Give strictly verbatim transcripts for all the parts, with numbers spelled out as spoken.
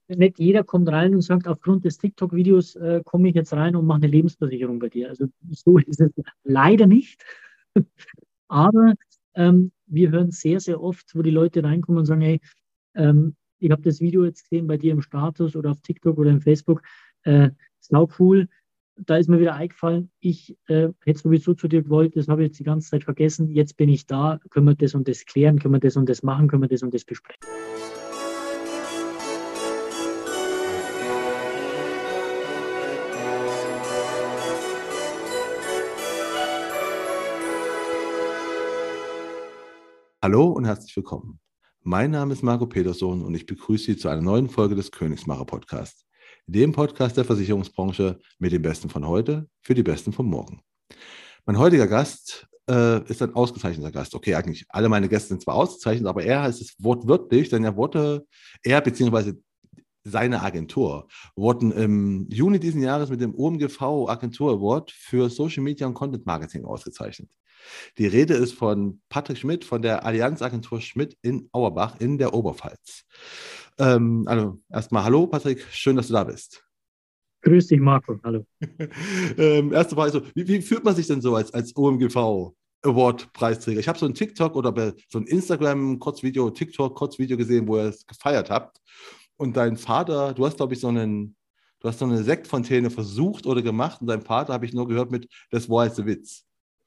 nicht jeder kommt rein und sagt, aufgrund des TikTok-Videos äh, komme ich jetzt rein und mache eine Lebensversicherung bei dir. Also so ist es leider nicht. Aber ähm, wir hören sehr, sehr oft, wo die Leute reinkommen und sagen, hey, ähm, ich habe das Video jetzt gesehen bei dir im Status oder auf TikTok oder im Facebook. Äh, sau cool. Da ist mir wieder eingefallen, ich äh, hätte sowieso zu dir gewollt, das habe ich jetzt die ganze Zeit vergessen. Jetzt bin ich da, können wir das und das klären, können wir das und das machen, können wir das und das besprechen. Hallo und herzlich willkommen. Mein Name ist Marco Peterson und ich begrüße Sie zu einer neuen Folge des Königsmacher Podcasts, dem Podcast der Versicherungsbranche mit den Besten von heute für die Besten von morgen. Mein heutiger Gast äh, ist ein ausgezeichneter Gast. Okay, eigentlich alle meine Gäste sind zwar ausgezeichnet, aber er heißt es wortwörtlich, denn er wurde, er bzw. seine Agentur wurden im Juni diesen Jahres mit dem O M G V Agentur Award für Social Media und Content Marketing ausgezeichnet. Die Rede ist von Patrick Schmidt von der Allianz-Agentur Schmidt in Auerbach in der Oberpfalz. Ähm, also erstmal hallo Patrick, schön, dass du da bist. Grüß dich, Marco. Hallo. ähm, erste Frage, also, wie, wie fühlt man sich denn so als, als O M G V Award-Preisträger? Ich habe so ein TikTok oder so ein Instagram-Kurzvideo, TikTok-Kurzvideo gesehen, wo ihr es gefeiert habt. Und dein Vater, du hast, glaube ich, so einen, du hast so eine Sektfontäne versucht oder gemacht und dein Vater habe ich nur gehört mit, das war jetzt ein Witz.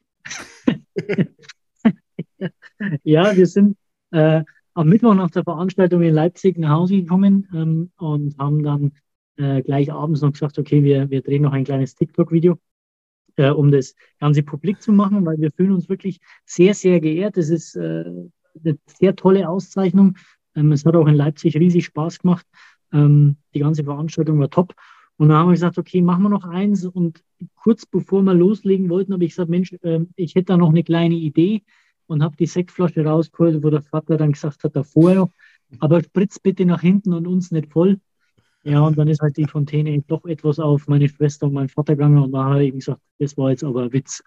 Ja, wir sind äh, am Mittwoch nach der Veranstaltung in Leipzig nach Hause gekommen ähm, und haben dann äh, gleich abends noch gesagt, okay, wir, wir drehen noch ein kleines TikTok-Video, äh, um das Ganze publik zu machen, weil wir fühlen uns wirklich sehr, sehr geehrt. Das ist äh, eine sehr tolle Auszeichnung. Ähm, es hat auch in Leipzig riesig Spaß gemacht. Ähm, die ganze Veranstaltung war top. Und dann haben wir gesagt, okay, machen wir noch eins. Und kurz bevor wir loslegen wollten, habe ich gesagt, Mensch, äh, ich hätte da noch eine kleine Idee und habe die Sektflasche rausgeholt, wo der Vater dann gesagt hat, davor, aber spritz bitte nach hinten und uns nicht voll. Ja, und dann ist halt die Fontäne doch etwas auf meine Schwester und meinen Vater gegangen und dann habe ich gesagt, das war jetzt aber ein Witz.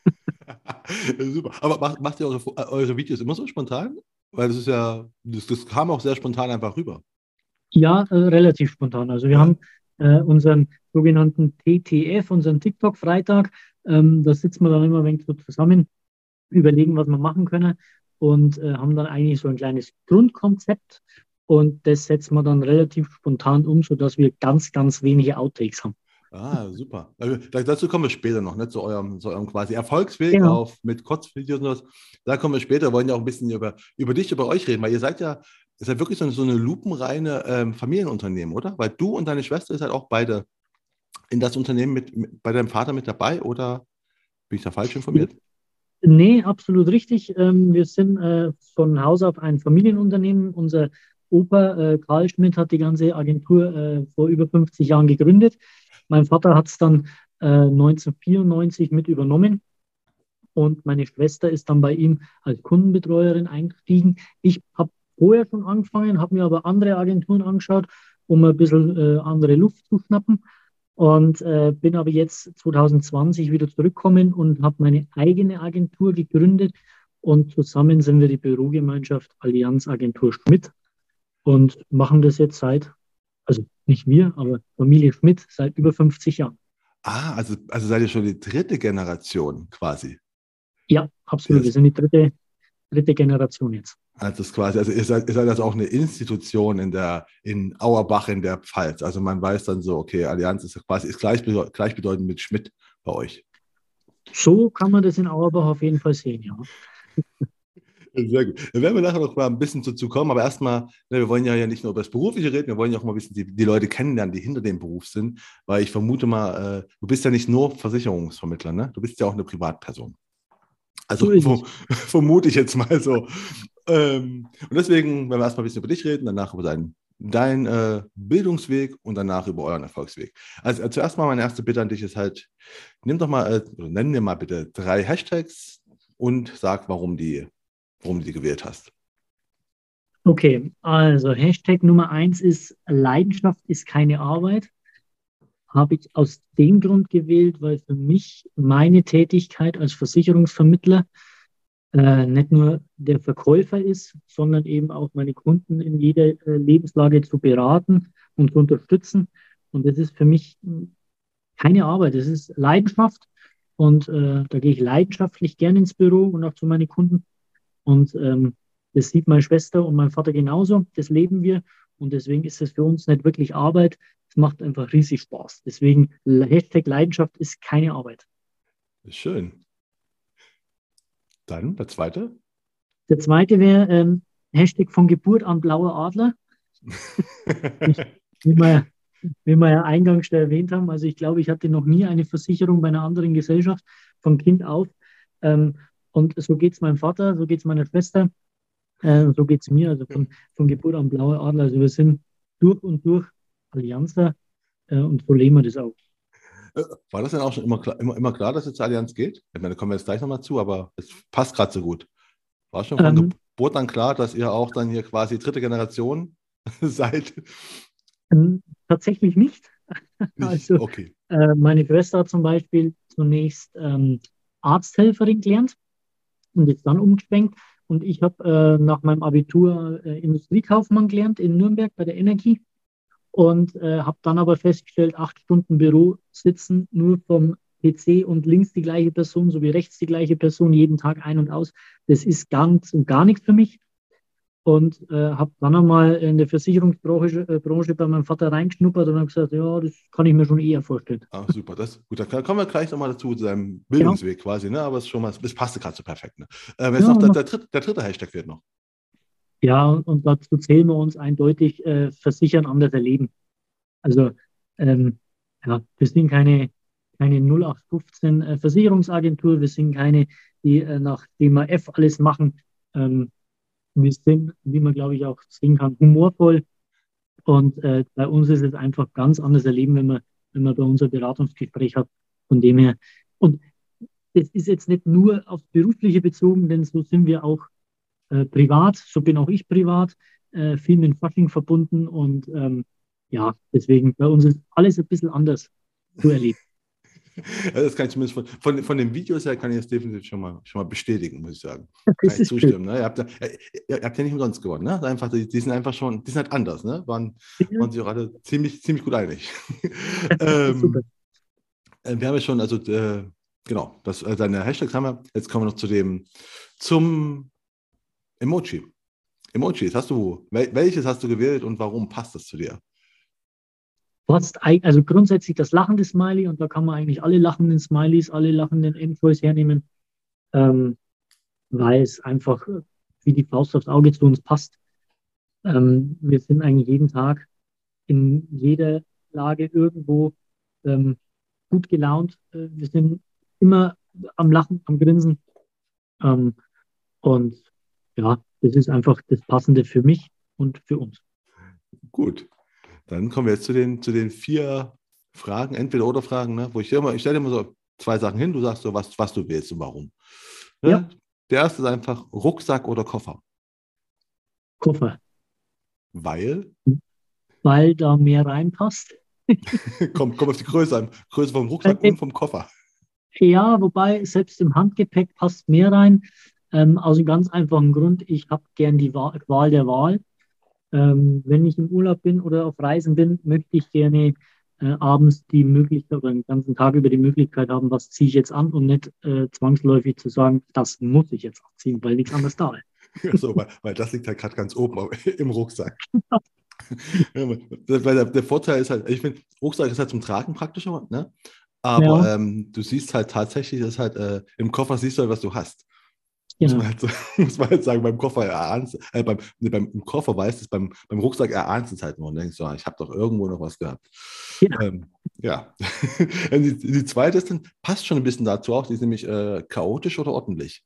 Super. Aber macht, macht ihr eure, eure Videos immer so spontan? Weil das ist ja, das, das kam auch sehr spontan einfach rüber. Ja, äh, relativ spontan. Also wir Ja. haben äh, unseren sogenannten T T F, unseren TikTok-Freitag. Ähm, da sitzen wir dann immer ein wenig so zusammen, überlegen, was wir machen können und äh, haben dann eigentlich so ein kleines Grundkonzept und das setzen wir dann relativ spontan um, sodass wir ganz, ganz wenige Outtakes haben. Ah, super. Also, da- dazu kommen wir später noch, ne, zu eurem, zu eurem quasi Erfolgsweg Genau. auf, mit Kurzvideos und was. Da kommen wir später, wollen ja auch ein bisschen über, über dich, über euch reden, weil ihr seid ja, ihr seid wirklich so eine, so eine lupenreine ähm, Familienunternehmen, oder? Weil du und deine Schwester ist halt auch beide in das Unternehmen mit, mit bei deinem Vater mit dabei, oder bin ich da falsch informiert? Nee, absolut richtig. Ähm, wir sind äh, von Haus auf ein Familienunternehmen. Unser Opa äh, Karl Schmidt hat die ganze Agentur äh, vor über fünfzig Jahren gegründet. Mein Vater hat es dann äh, neunzehnhundertvierundneunzig mit übernommen und meine Schwester ist dann bei ihm als Kundenbetreuerin eingestiegen. Ich habe vorher schon angefangen, habe mir aber andere Agenturen angeschaut, um ein bisschen äh, andere Luft zu schnappen. Und äh, bin aber jetzt zwanzig zwanzig wieder zurückgekommen und habe meine eigene Agentur gegründet. Und zusammen sind wir die Bürogemeinschaft Allianz Agentur Schmidt und machen das jetzt seit, also nicht wir, aber Familie Schmidt seit über fünfzig Jahren. Ah, also, also seid ihr schon die dritte Generation quasi. Ja, Die absolut. Wir das, sind die dritte, dritte Generation jetzt. also das quasi, also ihr seid, ihr seid also auch eine Institution in der, in Auerbach in der Pfalz. Also man weiß dann so, okay, Allianz ist quasi ist gleichbedeutend, gleichbedeutend mit Schmidt bei euch. So kann man das in Auerbach auf jeden Fall sehen, ja. Sehr gut. Dann werden wir nachher noch mal ein bisschen dazu kommen, aber erstmal, ne, wir wollen ja, ja nicht nur über das Berufliche reden, wir wollen ja auch mal ein bisschen die, die Leute kennenlernen, die hinter dem Beruf sind, weil ich vermute mal, äh, du bist ja nicht nur Versicherungsvermittler, ne? Du bist ja auch eine Privatperson. Also So ist es. verm- vermute ich jetzt mal so. Ähm, und deswegen werden wir erstmal ein bisschen über dich reden, danach über deinen dein, äh, Bildungsweg und danach über euren Erfolgsweg. Also äh, zuerst mal meine erste Bitte an dich ist halt, nimm doch mal, äh, oder nenn mir mal bitte drei Hashtags und sag, warum die, warum du die gewählt hast. Okay, also Hashtag Nummer eins ist Leidenschaft ist keine Arbeit. Habe ich aus dem Grund gewählt, weil für mich meine Tätigkeit als Versicherungsvermittler äh, nicht nur der Verkäufer ist, sondern eben auch meine Kunden in jeder äh, Lebenslage zu beraten und zu unterstützen. Und das ist für mich mh, keine Arbeit, das ist Leidenschaft. Und äh, da gehe ich leidenschaftlich gerne ins Büro und auch zu meinen Kunden. Und ähm, das sieht meine Schwester und mein Vater genauso. Das leben wir. Und deswegen ist es für uns nicht wirklich Arbeit. Es macht einfach riesig Spaß. Deswegen Hashtag Leidenschaft ist keine Arbeit. Schön. Dann der zweite. Der zweite wäre ähm, Hashtag von Geburt an blauer Adler. Ich, wie wir, wie wir ja eingangs schon erwähnt haben, also ich glaube, ich hatte noch nie eine Versicherung bei einer anderen Gesellschaft von Kind auf. Ähm, und so geht es meinem Vater, so geht es meiner Schwester, äh, so geht es mir, also von, von Geburt an blaue Adler. Also wir sind durch und durch Allianzer äh, und so leben wir das auch. War das denn auch schon immer klar, immer, immer klar, dass es zur Allianz geht? Ich meine, da kommen wir jetzt gleich nochmal zu, aber es passt gerade so gut. War schon von Ähm, Geburt an klar, dass ihr auch dann hier quasi dritte Generation seid? ähm, tatsächlich nicht. Nicht, Also okay. äh, meine Schwester hat zum Beispiel zunächst ähm, Arzthelferin gelernt und ist dann umgeschwenkt. Und ich habe äh, nach meinem Abitur äh, Industriekaufmann gelernt in Nürnberg bei der Energie und äh, habe dann aber festgestellt, acht Stunden Büro sitzen, nur vom P C und links die gleiche Person sowie rechts die gleiche Person jeden Tag ein und aus. Das ist ganz und gar nichts für mich. Und äh, habe dann einmal in der Versicherungsbranche äh, Branche bei meinem Vater reingeschnuppert und habe gesagt, ja, das kann ich mir schon eher vorstellen. Ah, super. Das, gut, da kommen wir gleich nochmal dazu, zu seinem Genau. Bildungsweg quasi, ne? Aber es ist schon mal, das passte gerade so perfekt. Ne? Ähm, jetzt Ja, noch der, und der, dritte, der dritte Hashtag wird noch. Ja, und dazu zählen wir uns eindeutig äh, versichern, anders erleben. Also ähm, ja, wir sind keine, keine null acht fünfzehn äh, Versicherungsagentur, wir sind keine, die äh, nach Schema F alles machen. Ähm, wir sind, wie man glaube ich auch sehen kann, humorvoll. Und äh, bei uns ist es einfach ganz anders erleben, wenn man, wenn man bei uns ein Beratungsgespräch hat. Von dem her. Und das ist jetzt nicht nur aufs Berufliche bezogen, denn so sind wir auch äh, privat, so bin auch ich privat, äh, viel mit Fasching verbunden und ähm, ja, deswegen bei uns ist alles ein bisschen anders zu erleben. Also das kann ich zumindest von, von, von den Videos her kann ich das definitiv schon mal, schon mal bestätigen, muss ich sagen. Kann Das ich ist schön. zustimmen. Ne? Ihr, habt ja, ihr, ihr habt ja nicht umsonst gewonnen. Ne? Einfach, die, die sind einfach schon, die sind halt anders. Ne? Waren, Ja, waren sich auch alle ziemlich, ziemlich gut einig. das ist super. ähm, äh, wir haben ja schon, also äh, genau, das, äh, deine Hashtags haben wir. Jetzt kommen wir noch zu dem, zum Emoji. Emojis, hast du, wel, welches hast du gewählt und warum passt das zu dir? Fast, eig- also grundsätzlich das lachende Smiley und da kann man eigentlich alle lachenden Smileys, alle lachenden Enjoys hernehmen, ähm, weil es einfach äh, wie die Faust aufs Auge zu uns passt. Ähm, wir sind eigentlich jeden Tag in jeder Lage irgendwo ähm, gut gelaunt. Äh, wir sind immer am Lachen, am Grinsen. Ähm, und ja, das ist einfach das Passende für mich und für uns. Gut, dann kommen wir jetzt zu den, zu den vier Fragen, Entweder-Oder-Fragen, ne? Wo ich dir immer, ich stelle dir immer so zwei Sachen hin, du sagst so, was, was du willst und warum. Ja, Ne? Der erste ist einfach Rucksack oder Koffer, Koffer, weil, weil da mehr reinpasst. kommt, kommt auf die Größe an, Größe vom Rucksack Äh, und vom Koffer. ja, wobei selbst im Handgepäck passt mehr rein. Ähm, aus einem ganz einfachen Grund, ich habe gern die Wa- Qual der Wahl. Ähm, wenn ich im Urlaub bin oder auf Reisen bin, möchte ich gerne äh, abends die Möglichkeit oder den ganzen Tag über die Möglichkeit haben, was ziehe ich jetzt an und nicht äh, zwangsläufig zu sagen, das muss ich jetzt anziehen, weil nichts anderes da ist. So, weil, weil das liegt halt gerade ganz oben auf- im Rucksack. Ja, weil der, der Vorteil ist halt, ich finde, Rucksack ist halt zum Tragen praktischer, ne? Aber Ja, ähm, du siehst halt tatsächlich, dass halt äh, im Koffer siehst du halt, was du hast. Muss man genau. halt, so, muss man halt sagen, beim Koffer erahnst, äh, beim, nee, beim im Koffer weißt du es, beim, beim Rucksack erahnst du es halt nur und denkst, so, ah, ich habe doch irgendwo noch was gehabt. Genau. Ähm, ja. die, die zweite ist dann, passt schon ein bisschen dazu auch, die ist nämlich äh, chaotisch oder ordentlich.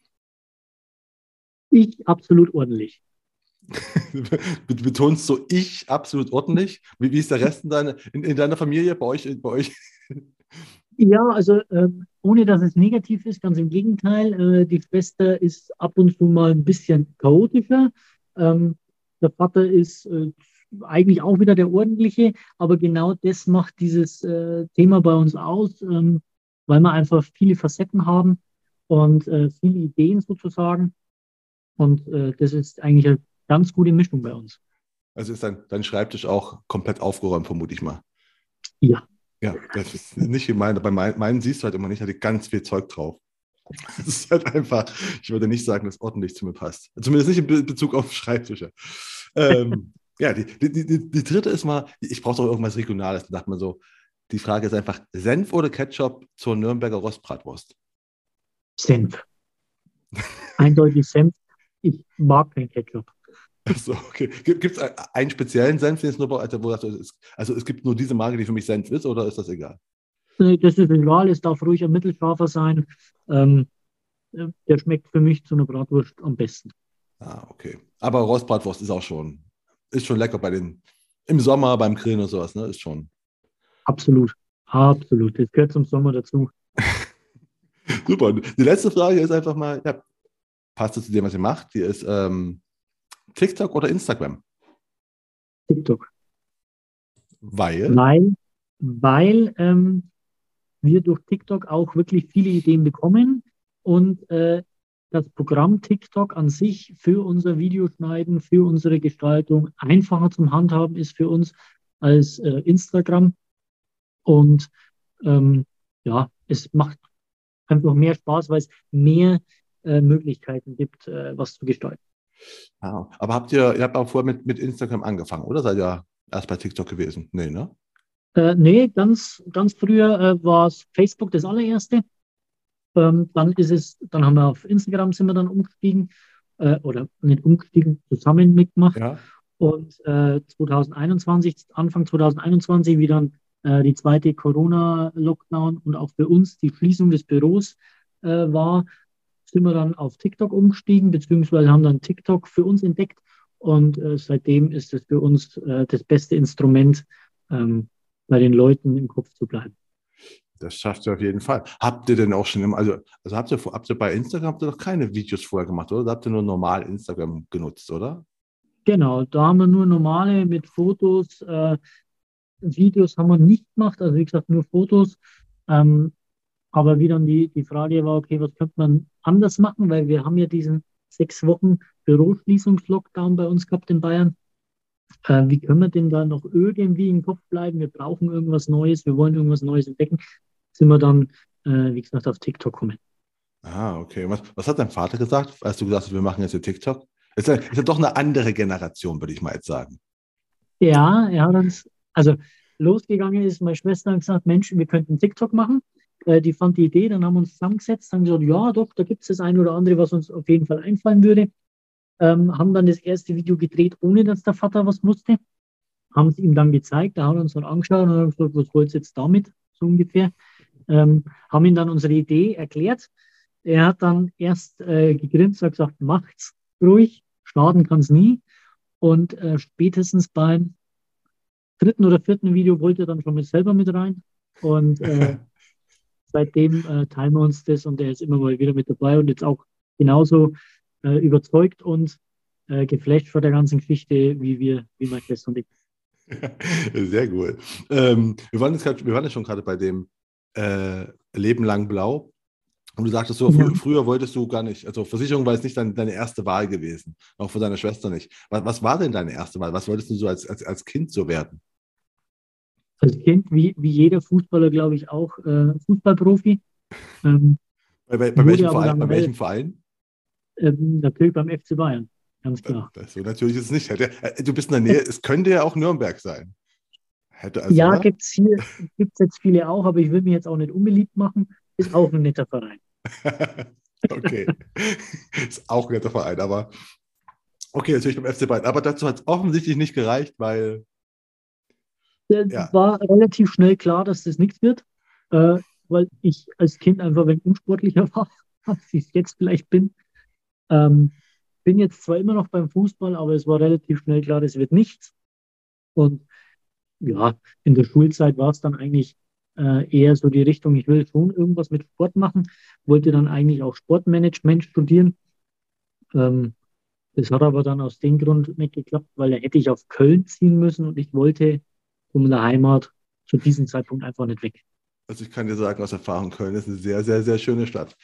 Ich absolut ordentlich. Betonst so ich absolut ordentlich. Wie, wie ist der Rest in, deine, in, in deiner Familie, bei euch, bei euch? Ja, also ähm, ohne dass es negativ ist, ganz im Gegenteil. Äh, die Schwester ist ab und zu mal ein bisschen chaotischer. Ähm, der Vater ist äh, eigentlich auch wieder der Ordentliche, aber genau das macht dieses äh, Thema bei uns aus, ähm, weil wir einfach viele Facetten haben. und äh, viele Ideen sozusagen. Und äh, das ist eigentlich eine ganz gute Mischung bei uns. Also ist dein, dein Schreibtisch auch komplett aufgeräumt, vermute ich mal. Ja. Ja, das ist nicht gemeint. Bei mein, meinen siehst du halt immer nicht, da liegt ganz viel Zeug drauf. Das ist halt einfach, ich würde nicht sagen, dass ordentlich zu mir passt. Zumindest nicht in Be Bezug auf Schreibtische. Ähm, ja, die, die, die, die dritte ist mal, ich brauche doch irgendwas Regionales. Da dachte man so, die Frage ist einfach, Senf oder Ketchup zur Nürnberger Rostbratwurst? Senf. Eindeutig Senf. Ich mag kein Ketchup. Achso, okay. Gibt es einen speziellen Senf, den es nur bei, also, wo das ist, also es gibt nur diese Marke, die für mich Senf ist, oder ist das egal? Äh, Das ist egal, es darf ruhig ein mittelscharfer sein. Ähm, äh, der schmeckt für mich zu einer Bratwurst am besten. Ah, okay. Aber Rostbratwurst ist auch schon, ist schon lecker bei den, im Sommer beim Grillen und sowas, ne? Ist schon. Absolut. Absolut. Das gehört zum Sommer dazu. Super. Die letzte Frage ist einfach mal, ja, passt es zu dem, was ihr macht? Die ist ähm, TikTok oder Instagram? TikTok. Weil, Weil, weil ähm, wir durch TikTok auch wirklich viele Ideen bekommen und äh, das Programm TikTok an sich für unser Videoschneiden, für unsere Gestaltung einfacher zum Handhaben ist für uns als äh, Instagram. Und ähm, ja, es macht einfach mehr Spaß, weil es mehr äh, Möglichkeiten gibt, äh, was zu gestalten. ja, aber habt ihr, ihr habt auch vorher mit, mit Instagram angefangen, oder? Seid ihr erst bei TikTok gewesen? Nee, ne? Äh, nee, ganz, ganz früher äh, war es Facebook das allererste. Ähm, dann ist es, dann haben wir auf Instagram sind wir dann umgestiegen äh, oder nicht umgestiegen, zusammen mitgemacht. Ja. Und äh, zwanzig einundzwanzig, Anfang zwanzig einundzwanzig, wie dann äh, die zweite Corona-Lockdown und auch für uns die Schließung des Büros äh, war, sind wir dann auf TikTok umgestiegen, beziehungsweise haben dann TikTok für uns entdeckt. Und äh, seitdem ist es für uns äh, das beste Instrument, ähm, bei den Leuten im Kopf zu bleiben. Das schafft ihr auf jeden Fall. Habt ihr denn auch schon immer, also, also habt ihr, habt ihr bei Instagram habt ihr doch keine Videos vorher gemacht, oder? Da habt ihr nur normal Instagram genutzt, oder? Genau, da haben wir nur normale mit Fotos. Äh, Videos haben wir nicht gemacht, also wie gesagt, nur Fotos. Ähm, aber wie dann die, die Frage war, okay, was könnte man anders machen, weil wir haben ja diesen sechs Wochen Büroschließungslockdown bei uns gehabt in Bayern. Äh, wie können wir denn da noch irgendwie im Kopf bleiben? Wir brauchen irgendwas Neues, wir wollen irgendwas Neues entdecken. Sind wir dann, äh, wie gesagt, auf TikTok kommen. Ah, okay. Was, was hat dein Vater gesagt, als du gesagt hast, wir machen jetzt hier TikTok? Ist ja, ist ja doch eine andere Generation, würde ich mal jetzt sagen. Ja, er hat uns, also losgegangen ist, meine Schwester hat gesagt, Mensch, wir könnten TikTok machen. Äh, die fand die Idee, dann haben wir uns zusammengesetzt, haben gesagt, ja, doch, da gibt es das eine oder andere, was uns auf jeden Fall einfallen würde. Ähm, haben dann das erste Video gedreht, ohne dass der Vater was wusste. Haben es ihm dann gezeigt, er hat uns dann angeschaut und hat gesagt, was wollt ihr jetzt damit, so ungefähr. Ähm, haben ihm dann unsere Idee erklärt. Er hat dann erst äh, gegrinst und gesagt, macht's ruhig, schaden kann es nie. Und äh, spätestens beim dritten oder vierten Video wollte er dann schon mit selber mit rein. Und äh, seitdem äh, teilen wir uns das und er ist immer mal wieder mit dabei und jetzt auch genauso äh, überzeugt und äh, geflasht von der ganzen Geschichte, wie wir, wie meine Schwester und ich. Sehr gut. Ähm, wir waren jetzt grad, wir waren ja schon gerade bei dem äh, Leben lang blau. Und du sagtest so, Ja. frü früher wolltest du gar nicht, also Versicherung war jetzt nicht dein, deine erste Wahl gewesen, auch für deine Schwester nicht. Was, was war denn deine erste Wahl? Was wolltest du so als, als, als Kind so werden? Als Kind, wie, wie jeder Fußballer, glaube ich, auch äh, Fußballprofi. Ähm, Bei, bei, bei welchem wurde aber Verein? dann Bei relativ, welchem Verein? ähm, natürlich beim F C Bayern, ganz Das, klar. das so natürlich ist es nicht. Hätte, äh, du bist in der Nähe, es könnte ja auch Nürnberg sein. Hätte also, Ja, oder? gibt es hier, gibt's jetzt viele auch, aber ich will mich jetzt auch nicht unbeliebt machen. Ist auch ein netter Verein. Okay. Ist auch ein netter Verein, aber okay, natürlich beim F C Bayern. Aber dazu hat es offensichtlich nicht gereicht, weil, Äh, ja, War relativ schnell klar, dass das nichts wird, äh, weil ich als Kind einfach ein wenig unsportlicher war, als ich es jetzt vielleicht bin. Ähm, bin jetzt zwar immer noch beim Fußball, aber es war relativ schnell klar, das wird nichts. Und ja, in der Schulzeit war es dann eigentlich äh, eher so die Richtung, ich will schon irgendwas mit Sport machen, wollte dann eigentlich auch Sportmanagement studieren. Ähm, Das hat aber dann aus dem Grund nicht geklappt, weil da hätte ich auf Köln ziehen müssen und ich wollte von der Heimat zu diesem Zeitpunkt einfach nicht weg. also ich kann dir sagen, aus Erfahrung, Köln ist eine sehr, sehr, sehr schöne Stadt.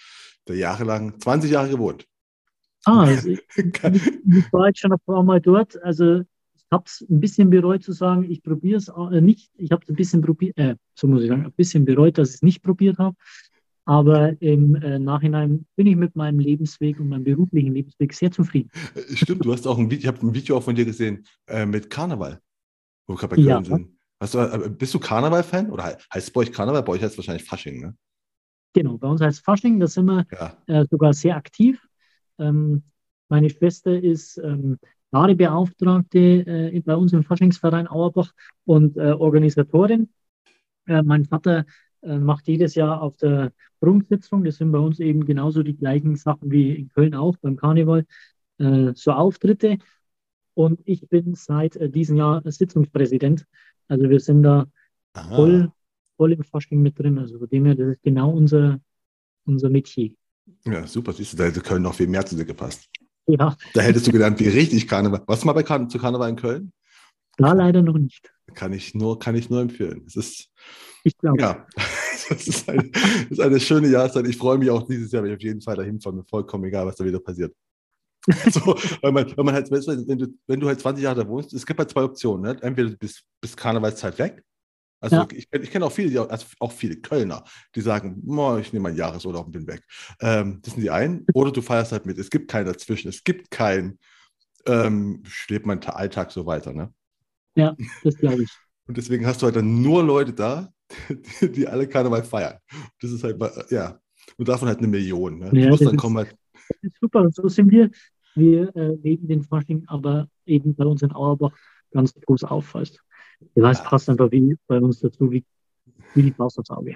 der jahrelang, zwanzig Jahre gewohnt. Ah, also ich, ich war jetzt schon ein paar Mal dort. Also ich habe es ein bisschen bereut zu sagen, ich probiere es äh, nicht. Ich habe es ein bisschen probiert, äh, so muss ich sagen, ein bisschen bereut, dass ich es nicht probiert habe. Aber im äh, Nachhinein bin ich mit meinem Lebensweg und meinem beruflichen Lebensweg sehr zufrieden. Stimmt, du hast auch ein Video, ich habe ein Video auch von dir gesehen äh, mit Karneval, wo wir gerade bei Ja, Köln sind. Hast du, äh, bist du Karneval-Fan? Oder he- heißt es bei euch Karneval? Bei euch heißt es wahrscheinlich Fasching, ne? genau. Bei uns heißt Fasching, da sind wir Ja. äh, sogar sehr aktiv. Ähm, meine Schwester ist ähm, Ladebeauftragte äh, bei uns im Faschingsverein Auerbach und äh, Organisatorin. Äh, mein Vater äh, macht jedes Jahr auf der Prunksitzung, das sind bei uns eben genauso die gleichen Sachen wie in Köln auch beim Karneval, äh, so Auftritte. Und ich bin seit äh, diesem Jahr Sitzungspräsident. Also wir sind da voll, Aha. voll im Fasching mit drin. Also von dem her, das ist genau unser, unser Metier. Ja, super, siehst du, da hätte Köln noch viel mehr zu dir gepasst. Ja, Da hättest du gelernt, wie richtig Karneval. Warst du mal bei Karne zu Karneval in Köln? da Kann, leider noch nicht. kann ich nur, kann ich nur empfehlen. Es ist, Ich glaube. ja, das ist eine, das ist eine schöne Jahreszeit. Ich freue mich auch dieses Jahr, wenn ich auf jeden Fall dahin fahre. Mir vollkommen egal, was da wieder passiert. So, weil man, weil man halt, weißt du, wenn du, wenn du halt zwanzig Jahre da wohnst, es gibt halt zwei Optionen. Ne? Entweder du bist bis Karnevalszeit weg. Also Ja, ich, ich kenne auch viele, die, also auch viele Kölner, die sagen, "Mo, ich nehme meinen Jahresurlaub und bin weg. Ähm, das sind die einen. Oder du feierst halt mit. Es gibt keinen dazwischen. Es gibt kein, ähm, ich lebe meinen Alltag so weiter. Ne? ja, das glaube ich. Und deswegen hast du halt dann nur Leute da, die, die alle Karneval feiern. Das ist halt, ja, und davon halt eine Million. Ne? Ja, Plus das dann kommen ist, halt, das ist super. Und so sind wir. Wir äh, leben den Fasching, aber eben bei uns in Auerbach ganz groß auf. Also, ja, es ja, passt einfach wie bei uns dazu, wie, wie die Faust aufs Auge.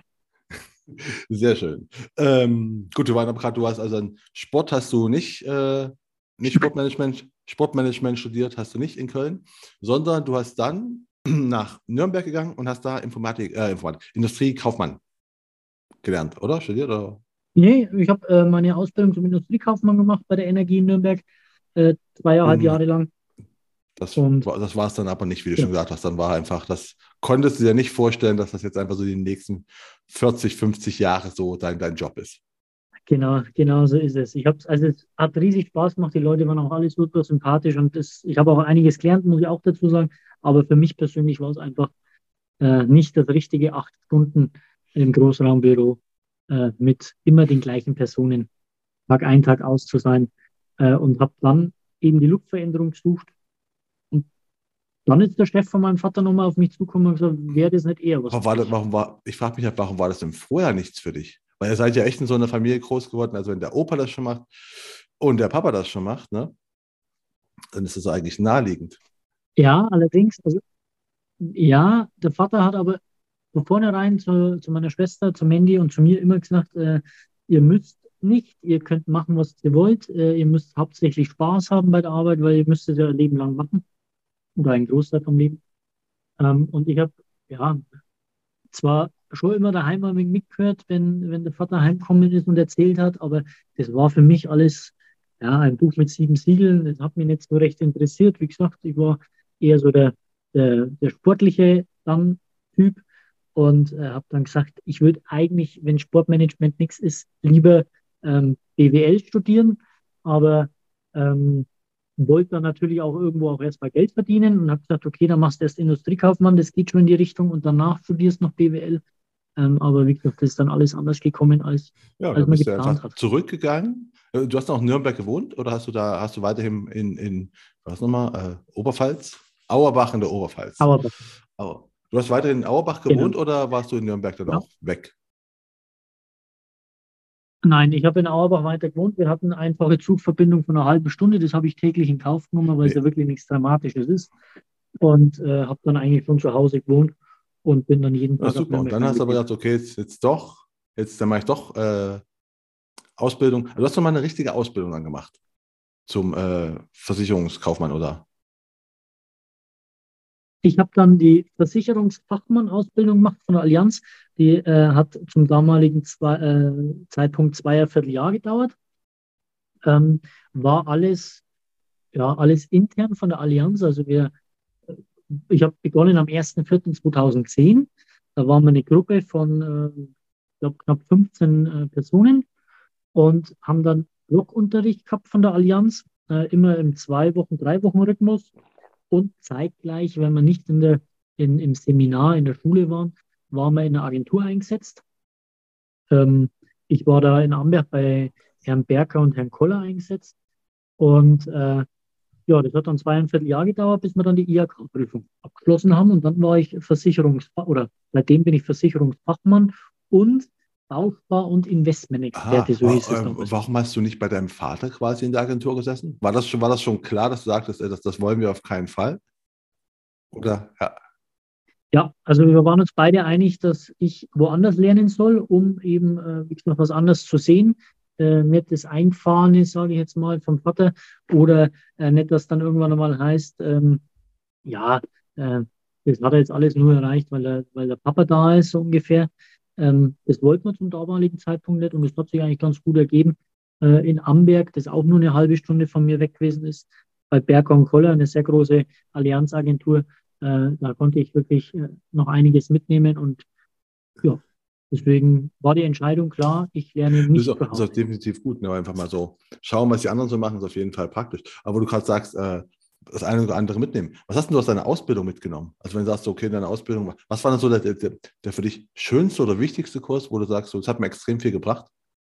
sehr schön. Ähm, gut, wir waren aber gerade, du hast also einen Sport hast du nicht, äh, nicht Sportmanagement, Sportmanagement studiert, hast du nicht in Köln, sondern du hast dann nach Nürnberg gegangen und hast da Informatik, äh, Informatik, Industriekaufmann gelernt, oder? Studiert, oder? Nee, ich habe äh, meine Ausbildung zum Industriekaufmann gemacht bei der Energie in Nürnberg, äh, zweieinhalb Und Jahre lang. das, Und war- das war es dann aber nicht, wie du ja, schon gesagt hast. Dann war einfach, das konntest du dir nicht vorstellen, dass das jetzt einfach so die nächsten vierzig, fünfzig Jahre so dein, dein Job ist. genau, genau so ist es. Ich hab's, also es hat riesig Spaß gemacht. Die Leute waren auch alle super sympathisch und das, ich habe auch einiges gelernt, muss ich auch dazu sagen. Aber für mich persönlich war es einfach äh, nicht das richtige acht Stunden im Großraumbüro äh, mit immer den gleichen Personen Tag ein, Tag aus zu sein. Äh, und habe dann eben die Luftveränderung gesucht. Und dann ist der Chef von meinem Vater nochmal auf mich zugekommen und gesagt, wäre das nicht eher was Aber für war das, dich? warum war, ich frage mich halt, warum war das denn vorher nichts für dich? Weil ihr seid ja echt in so einer Familie groß geworden. Also wenn der Opa das schon macht und der Papa das schon macht, ne, dann ist das eigentlich naheliegend. Ja, allerdings, also ja, der Vater hat aber von vornherein zu, zu meiner Schwester, zu Mandy und zu mir immer gesagt, äh, ihr müsst nicht, ihr könnt machen, was ihr wollt, äh, ihr müsst hauptsächlich Spaß haben bei der Arbeit, weil ihr müsst es ja ein Leben lang machen oder einen Großteil vom Leben. Ähm, und ich habe ja zwar schon immer daheim ein wenig mitgehört, wenn, wenn der Vater heimgekommen ist und erzählt hat, aber das war für mich alles ja, ein Buch mit sieben Siegeln. Das hat mich nicht so recht interessiert. Wie gesagt, ich war eher so der, der, der sportliche dann Typ und äh, habe dann gesagt, ich würde eigentlich, wenn Sportmanagement nichts ist, lieber ähm, B W L studieren, aber ähm, wollte dann natürlich auch irgendwo auch erstmal Geld verdienen und habe gesagt, okay, dann machst du erst Industriekaufmann, das geht schon in die Richtung und danach studierst noch B W L. Ähm, aber wie gesagt, das ist dann alles anders gekommen, als, Ja, und als dann man bist du geplant einfach hat. zurückgegangen. Äh, Du hast noch in Nürnberg gewohnt oder hast du da, hast du weiterhin in, in was nochmal, äh, Oberpfalz? Auerbach in der Oberpfalz. Aber Au. Du hast weiterhin in Auerbach genau. gewohnt oder warst du in Nürnberg dann Ja. auch weg? Nein, ich habe in Auerbach weiter gewohnt. Wir hatten eine einfache Zugverbindung von einer halben Stunde. Das habe ich täglich in Kauf genommen, weil es Nee. ja wirklich nichts Dramatisches ist. Und äh, habe dann eigentlich von zu Hause gewohnt und bin dann jeden Ja, Tag ab super. Und Nürnberg dann hast du aber reingefahren. gesagt, okay, jetzt, jetzt doch, jetzt dann mache ich doch äh, Ausbildung. Also du hast doch mal eine richtige Ausbildung dann gemacht zum äh, Versicherungskaufmann, oder? Ich habe dann die Versicherungsfachmann-Ausbildung gemacht von der Allianz. Die äh, hat zum damaligen zwei, äh, Zeitpunkt zweieinviertel Jahr gedauert. Ähm, war alles, ja, alles intern von der Allianz. Also wir, ich habe begonnen am ersten vierten zweitausendzehn. Da waren wir eine Gruppe von, äh, ich glaube, knapp fünfzehn äh, Personen. und haben dann Blockunterricht gehabt von der Allianz, äh, immer im zwei Wochen, drei Wochen Rhythmus und zeitgleich, wenn wir nicht in der, in, im Seminar in der Schule waren, waren wir in der Agentur eingesetzt. Ähm, Ich war da in Amberg bei Herrn Berker und Herrn Koller eingesetzt und äh, ja, das hat dann zweieinviertel Jahre gedauert, bis wir dann die I H K-Prüfung abgeschlossen haben. Und dann war ich Versicherungsfach oder seitdem bin ich Versicherungsfachmann und Bauspar- und Aha, Investmentexperte, so wa hieß es äh, damals. warum hast du nicht bei deinem Vater quasi in der Agentur gesessen? War das schon war das schon klar, dass du sagtest: „Ey, das das wollen wir auf keinen Fall?“ Oder ja. Ja, also wir waren uns beide einig, dass ich woanders lernen soll, um eben, äh, wie gesagt, was anderes zu sehen. Äh, nicht das Eingefahrene, sage ich jetzt mal, vom Vater oder äh, nicht, dass dann irgendwann einmal heißt, ähm, ja, äh, das hat er jetzt alles nur erreicht, weil, er, weil der Papa da ist, so ungefähr. Ähm, das wollten wir zum damaligen Zeitpunkt nicht und es hat sich eigentlich ganz gut ergeben. Äh, in Amberg, das auch nur eine halbe Stunde von mir weg gewesen ist, bei Berger und Koller, eine sehr große Allianzagentur, äh, da konnte ich wirklich äh, noch einiges mitnehmen und ja, deswegen war die Entscheidung klar, ich lerne Das ist nicht auch zu ist auch Hause. definitiv gut, ne? Einfach mal so schauen, was die anderen so machen, ist auf jeden Fall praktisch. Aber wo du gerade sagst, äh, das eine oder andere mitnehmen. Was hast denn du aus deiner Ausbildung mitgenommen? Also wenn du sagst, so, okay, deine Ausbildung, was war denn so der, der, der für dich schönste oder wichtigste Kurs, wo du sagst, so, das hat mir extrem viel gebracht?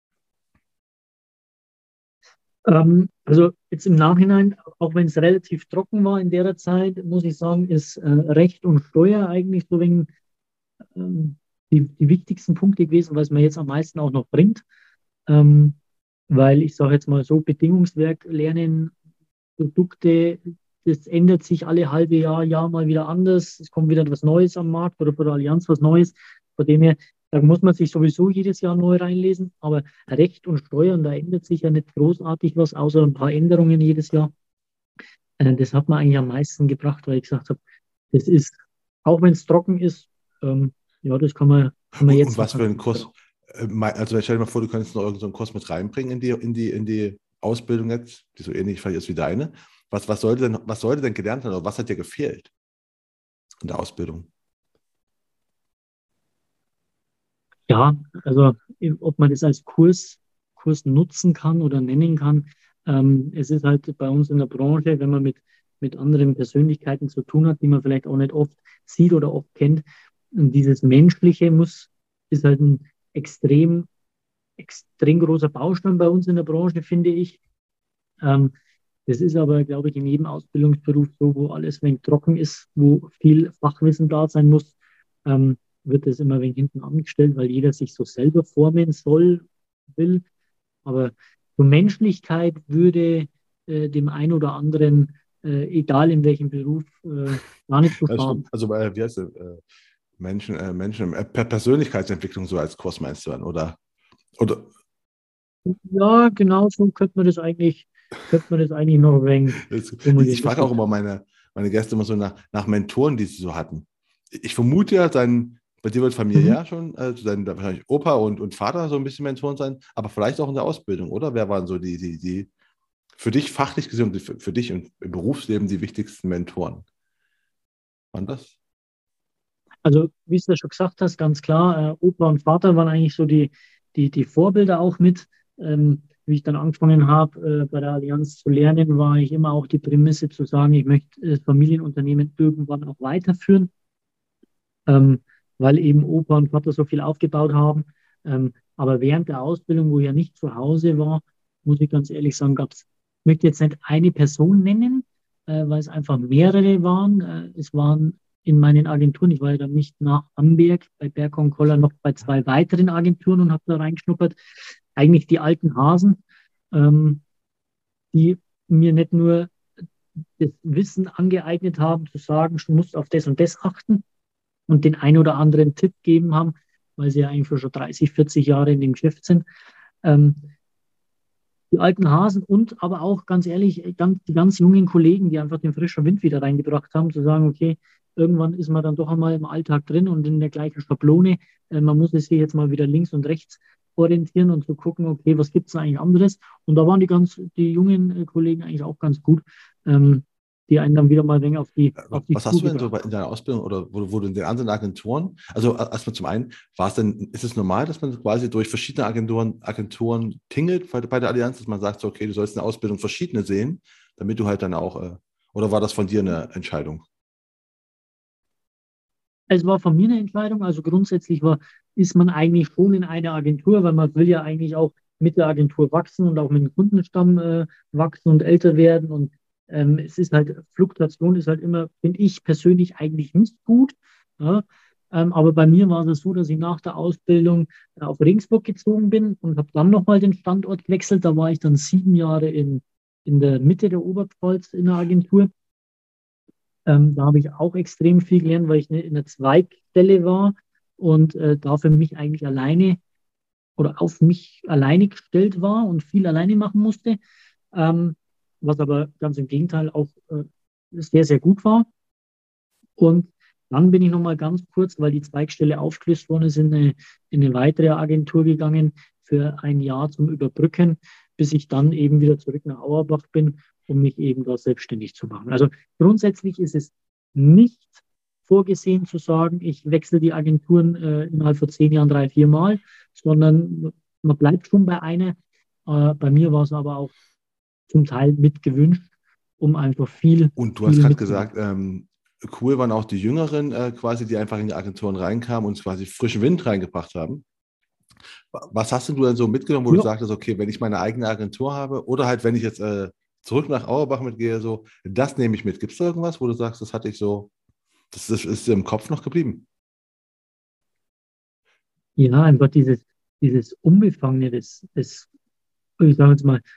Ähm, also jetzt im Nachhinein, auch wenn es relativ trocken war in der Zeit, muss ich sagen, ist äh, Recht und Steuer eigentlich so wegen, ähm, die, die wichtigsten Punkte gewesen, was mir jetzt am meisten auch noch bringt. Ähm, Weil ich sage jetzt mal so, Bedingungswerk lernen, Produkte, das ändert sich alle halbe Jahr, Jahr mal wieder anders. Es kommt wieder etwas Neues am Markt oder von der Allianz was Neues. Von dem her, da muss man sich sowieso jedes Jahr neu reinlesen. Aber Recht und Steuern, da ändert sich ja nicht großartig was, außer ein paar Änderungen jedes Jahr. Äh, Das hat mir eigentlich am meisten gebracht, weil ich gesagt habe, das ist, auch wenn es trocken ist, ähm, ja, das kann man, kann man Und, und jetzt noch was für ganz einen gut Kurs, brauchen. äh, mei- also stell dir mal vor, du könntest noch irgendeinen so einen Kurs mit reinbringen in die, in die, in die Ausbildung jetzt, die so ähnlich vielleicht ist wie deine. Was, was sollte denn, was sollte denn gelernt werden oder was hat dir gefehlt in der Ausbildung? Ja, also ob man das als Kurs, Kurs nutzen kann oder nennen kann, ähm, es ist halt bei uns in der Branche, wenn man mit, mit anderen Persönlichkeiten zu tun hat, die man vielleicht auch nicht oft sieht oder oft kennt, und dieses Menschliche muss, ist halt ein extrem, extrem großer Baustein bei uns in der Branche, finde ich. Ähm, Das ist aber, glaube ich, in jedem Ausbildungsberuf so, wo alles ein wenig trocken ist, wo viel Fachwissen da sein muss, ähm, wird es immer ein wenig hinten angestellt, weil jeder sich so selber formen soll, will. Aber so Menschlichkeit würde äh, dem einen oder anderen, äh, egal in welchem Beruf, äh, gar nicht so Ja, stimmt. schaden. Also, äh, wie heißt es? Äh, Menschen, äh, Menschen, äh, Per- Persönlichkeitsentwicklung so als Kurs meinst du dann, oder? Oder Ja, genau so könnte man das eigentlich, könnte man das eigentlich noch ein wenig das, ich, formulieren. ich Das frage auch stimmt. immer meine, meine Gäste immer so nach, nach Mentoren, die sie so hatten. Ich vermute ja, dein, bei dir wird Mhm. familiär schon, äh, dein wahrscheinlich Opa und, und Vater so ein bisschen Mentoren sein, aber vielleicht auch in der Ausbildung, oder? Wer waren so die, die, die für dich fachlich gesehen, und für, für dich im, im Berufsleben die wichtigsten Mentoren? Waren das? Also, wie du ja schon gesagt hast, ganz klar, äh, Opa und Vater waren eigentlich so die, die, die Vorbilder auch mit. Ähm, wie ich dann angefangen habe, äh, bei der Allianz zu lernen, war ich immer auch die Prämisse zu sagen, ich möchte das Familienunternehmen irgendwann auch weiterführen, ähm, weil eben Opa und Vater so viel aufgebaut haben. Ähm, aber während der Ausbildung, wo ich ja nicht zu Hause war, muss ich ganz ehrlich sagen, gab es, ich möchte jetzt nicht eine Person nennen, äh, weil es einfach mehrere waren. Äh, es waren in meinen Agenturen, ich war ja dann nicht nach Amberg bei Berger und Koller noch bei zwei weiteren Agenturen und habe da reingeschnuppert. Eigentlich die alten Hasen, ähm, die mir nicht nur das Wissen angeeignet haben, zu sagen, du musst auf das und das achten, und den ein oder anderen Tipp geben haben, weil sie ja eigentlich schon dreißig, vierzig Jahre in dem Geschäft sind. Ähm, Die alten Hasen und aber auch ganz ehrlich, ganz, die ganz jungen Kollegen, die einfach den frischen Wind wieder reingebracht haben, zu sagen, okay, irgendwann ist man dann doch einmal im Alltag drin und in der gleichen Schablone. Äh, man muss es hier jetzt mal wieder links und rechts orientieren und zu gucken, okay, was gibt es eigentlich anderes? Und da waren die ganz, die jungen äh, Kollegen eigentlich auch ganz gut. Ähm, die einen dann wieder mal ein wenig auf die, auf die Was hast du Spur denn so gebracht bei, in deiner Ausbildung oder wo, wo du in den anderen Agenturen, also äh, erstmal zum einen, war es denn, ist es normal, dass man quasi durch verschiedene Agenturen, Agenturen tingelt bei, bei der Allianz, dass man sagt, so, okay, du sollst in der Ausbildung verschiedene sehen, damit du halt dann auch, äh, oder war das von dir eine Entscheidung? Es war von mir eine Entscheidung. Also grundsätzlich war, ist man eigentlich schon in einer Agentur, weil man will ja eigentlich auch mit der Agentur wachsen und auch mit dem Kundenstamm äh, wachsen und älter werden. Und ähm, es ist halt, Fluktuation ist halt immer, finde ich persönlich eigentlich nicht gut. Ja? Ähm, aber bei mir war es so, dass ich nach der Ausbildung äh, auf Regensburg gezogen bin und habe dann nochmal den Standort gewechselt. Da war ich dann sieben Jahre in, in der Mitte der Oberpfalz in der Agentur. Ähm, da habe ich auch extrem viel gelernt, weil ich ne- in der Zweigstelle war und äh, da für mich eigentlich alleine oder auf mich alleine gestellt war und viel alleine machen musste, ähm, was aber ganz im Gegenteil auch äh, sehr, sehr gut war. Und dann bin ich nochmal ganz kurz, weil die Zweigstelle aufgelöst worden ist, in eine, in eine weitere Agentur gegangen für ein Jahr zum Überbrücken, bis ich dann eben wieder zurück nach Auerbach bin, um mich eben da selbstständig zu machen. Also grundsätzlich ist es nicht vorgesehen zu sagen, ich wechsle die Agenturen äh, innerhalb von zehn Jahren drei, vier Mal, sondern man bleibt schon bei einer. Äh, bei mir war es aber auch zum Teil mitgewünscht, um einfach viel, Und du hast viel gerade mitzunehmen. gesagt, ähm, cool waren auch die Jüngeren äh, quasi, die einfach in die Agenturen reinkamen und quasi frischen Wind reingebracht haben. Was hast denn du denn so mitgenommen, wo du Ja, sagtest, okay, wenn ich meine eigene Agentur habe oder halt, wenn ich jetzt äh, zurück nach Auerbach mitgehe, so, das nehme ich mit. Gibt es da irgendwas, wo du sagst, das hatte ich so, das, das ist dir im Kopf noch geblieben? ja, einfach dieses, dieses Unbefangene, das, das, ich sage jetzt mal,